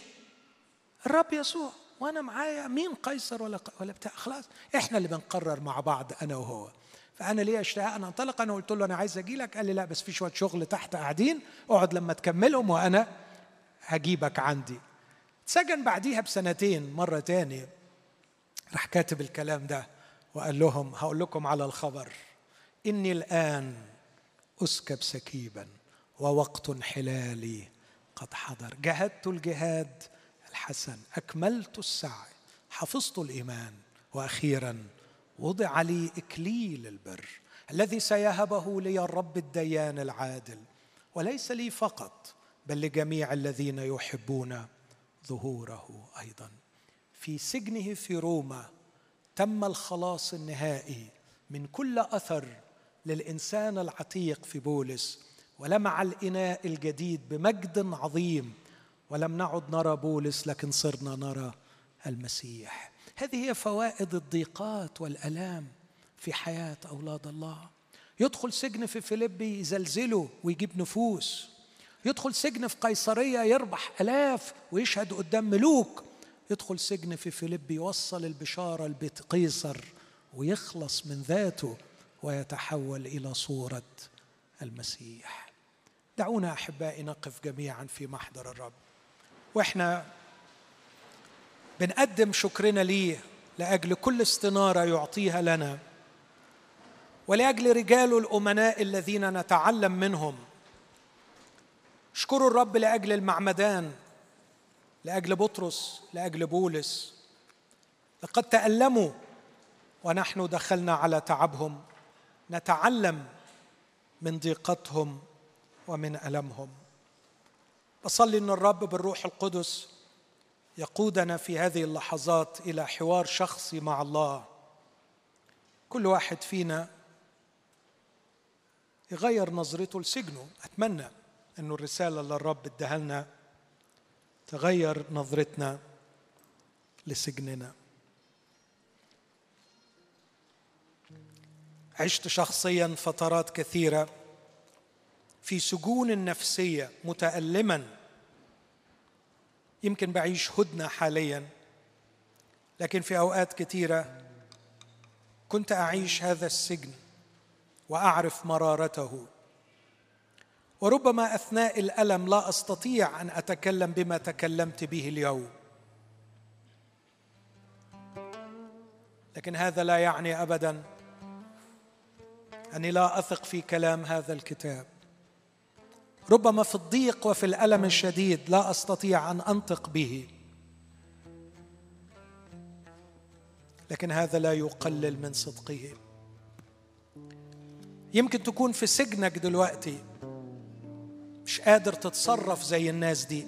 الرب يسوع. وانا معايا مين قيصر ولا ولا بتاع، خلاص احنا اللي بنقرر مع بعض انا وهو. فانا ليه اشتهاء ان انطلق. انا قلت له انا عايز اجي لك، قال لي لا بس في شويه شغل تحت قاعدين، اقعد لما تكملهم وانا هجيبك عندي. اتسجن بعديها بسنتين مره تاني، راح كاتب الكلام ده وقال لهم هقول لكم على الخبر، إني الآن أسكب سكيبا ووقت حلالي قد حضر، جاهدت الجهاد الحسن، أكملت السعي، حفظت الإيمان، وأخيرا وضع لي إكليل البر الذي سيهبه لي الرب الديان العادل، وليس لي فقط بل لجميع الذين يحبون ظهوره أيضا. في سجنه في روما تم الخلاص النهائي من كل أثر للإنسان العتيق في بولس، ولمع الإناء الجديد بمجد عظيم، ولم نعد نرى بولس لكن صرنا نرى المسيح. هذه هي فوائد الضيقات والألام في حياة أولاد الله. يدخل سجن في فيليبي يزلزله ويجيب نفوس، يدخل سجن في قيصرية يربح ألاف ويشهد قدام ملوك، يدخل سجن في فيليبي يوصل البشارة لبيت قيصر ويخلص من ذاته ويتحول إلى صورة المسيح. دعونا أحبائي نقف جميعا في محضر الرب وإحنا بنقدم شكرنا ليه لأجل كل استنارة يعطيها لنا، ولأجل رجاله الأمناء الذين نتعلم منهم. اشكروا الرب لأجل المعمدان، لأجل بطرس، لأجل بولس، لقد تألموا ونحن دخلنا على تعبهم، نتعلم من ضيقتهم ومن ألمهم. بصلي أن الرب بالروح القدس يقودنا في هذه اللحظات إلى حوار شخصي مع الله. كل واحد فينا يغير نظرته لسجنه. أتمنى أن الرسالة اللي الرب اداها لنا تغير نظرتنا لسجننا. عشت شخصيا فترات كثيرة في سجون نفسية متألما، يمكن بعيش هدنة حاليا، لكن في أوقات كثيرة كنت أعيش هذا السجن وأعرف مرارته، وربما أثناء الألم لا أستطيع أن أتكلم بما تكلمت به اليوم، لكن هذا لا يعني أبدا أني لا أثق في كلام هذا الكتاب. ربما في الضيق وفي الألم الشديد لا أستطيع أن أنطق به، لكن هذا لا يقلل من صدقه. يمكن تكون في سجنك دلوقتي مش قادر تتصرف زي الناس دي،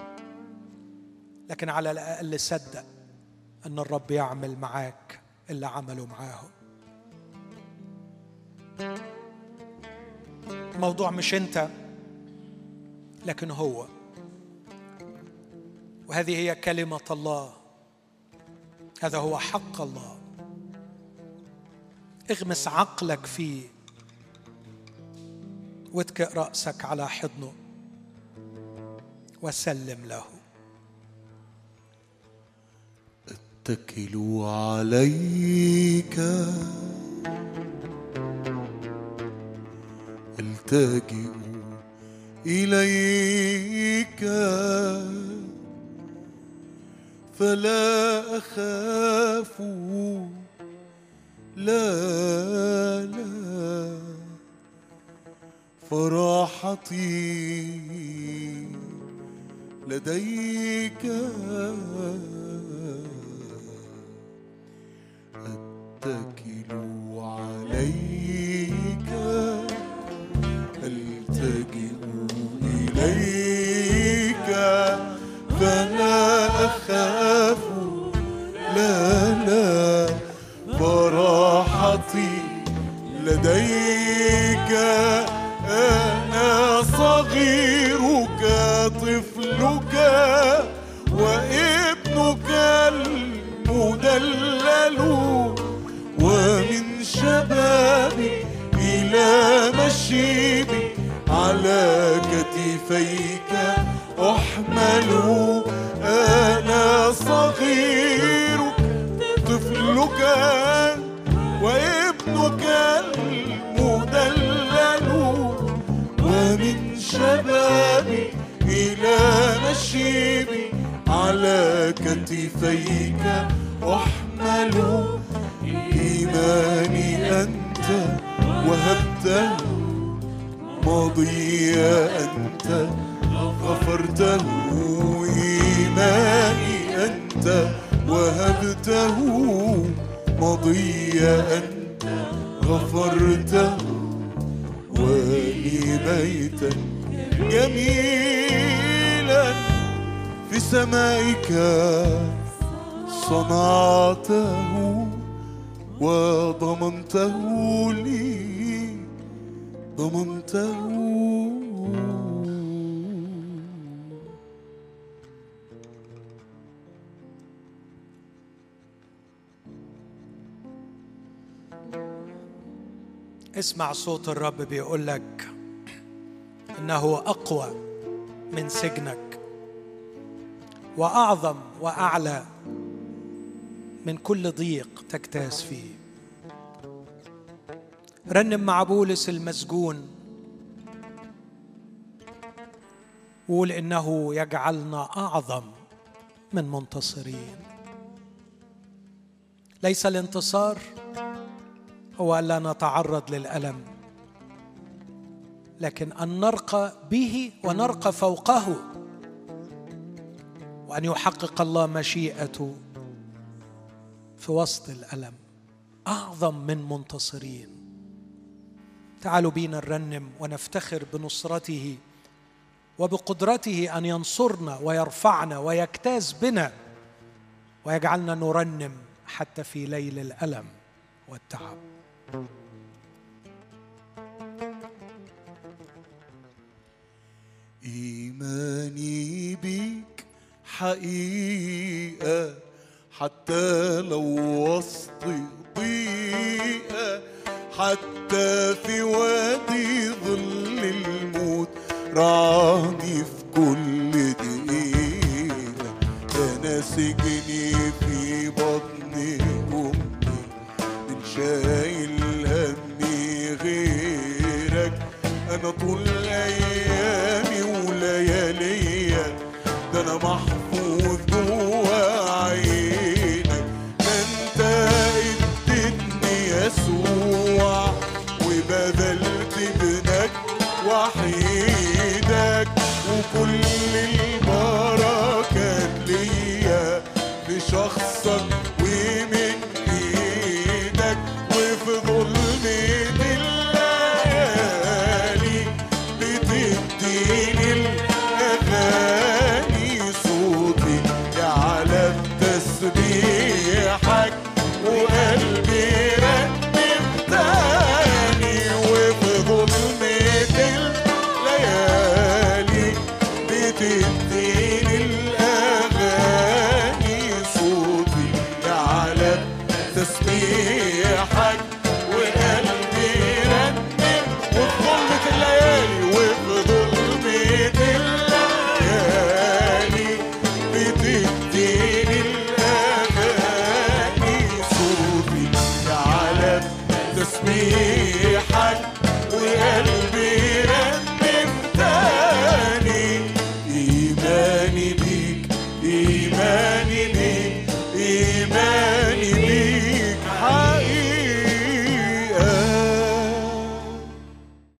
لكن على الأقل صدق أن الرب يعمل معاك اللي عمله معاهم. الموضوع مش أنت لكن هو، وهذه هي كلمة الله، هذا هو حق الله. اغمس عقلك فيه واتكئ رأسك على حضنه وسلم له. اتكل عليك، التجئ إليك، فلا أخاف، لا لا، فراحتي لديك. أتكل عليك، ألتجئ إليك، فلا أخاف، لا لا، فراحتي لديك. أنا صغيرك طفلك وابنك المدلل، ومن شبابي إلى مشيبي على كتفيك أحمل. أنا صغيرك طفلك وابنك المدلل، ومن شبابي إلى نشيبي على كتفيك أحمل. إيماني أنت وهبته ماضي، أنت غفرته. إيماني أنت وهبته ماضي، أنت غفرته. ولي بيتا جميلا في سمائك صنعته، وضمنته لي، ضمنته. اسمع صوت الرب بيقول لك إنه أقوى من سجنك، وأعظم وأعلى من كل ضيق تجتاز فيه. رنم مع بولس المسجون وقول إنه يجعلنا أعظم من منتصرين. ليس الانتصار هو ألا نتعرض للألم، لكن أن نرقى به ونرقى فوقه، وأن يحقق الله مشيئته في وسط الألم. أعظم من منتصرين. تعالوا بينا نرنم ونفتخر بنصرته وبقدرته أن ينصرنا ويرفعنا ويجتاز بنا ويجعلنا نرنم حتى في ليل الألم والتعب. إيماني بيك حقيقة، حتى لو وسط ضيقة، حتى في وادي ظل الموت رعاني في كل دقيقة. أنا سجني في بطن أمي، من شايل همي غيرك. أنا طول أيامي ولياليا ده أنا محفوظ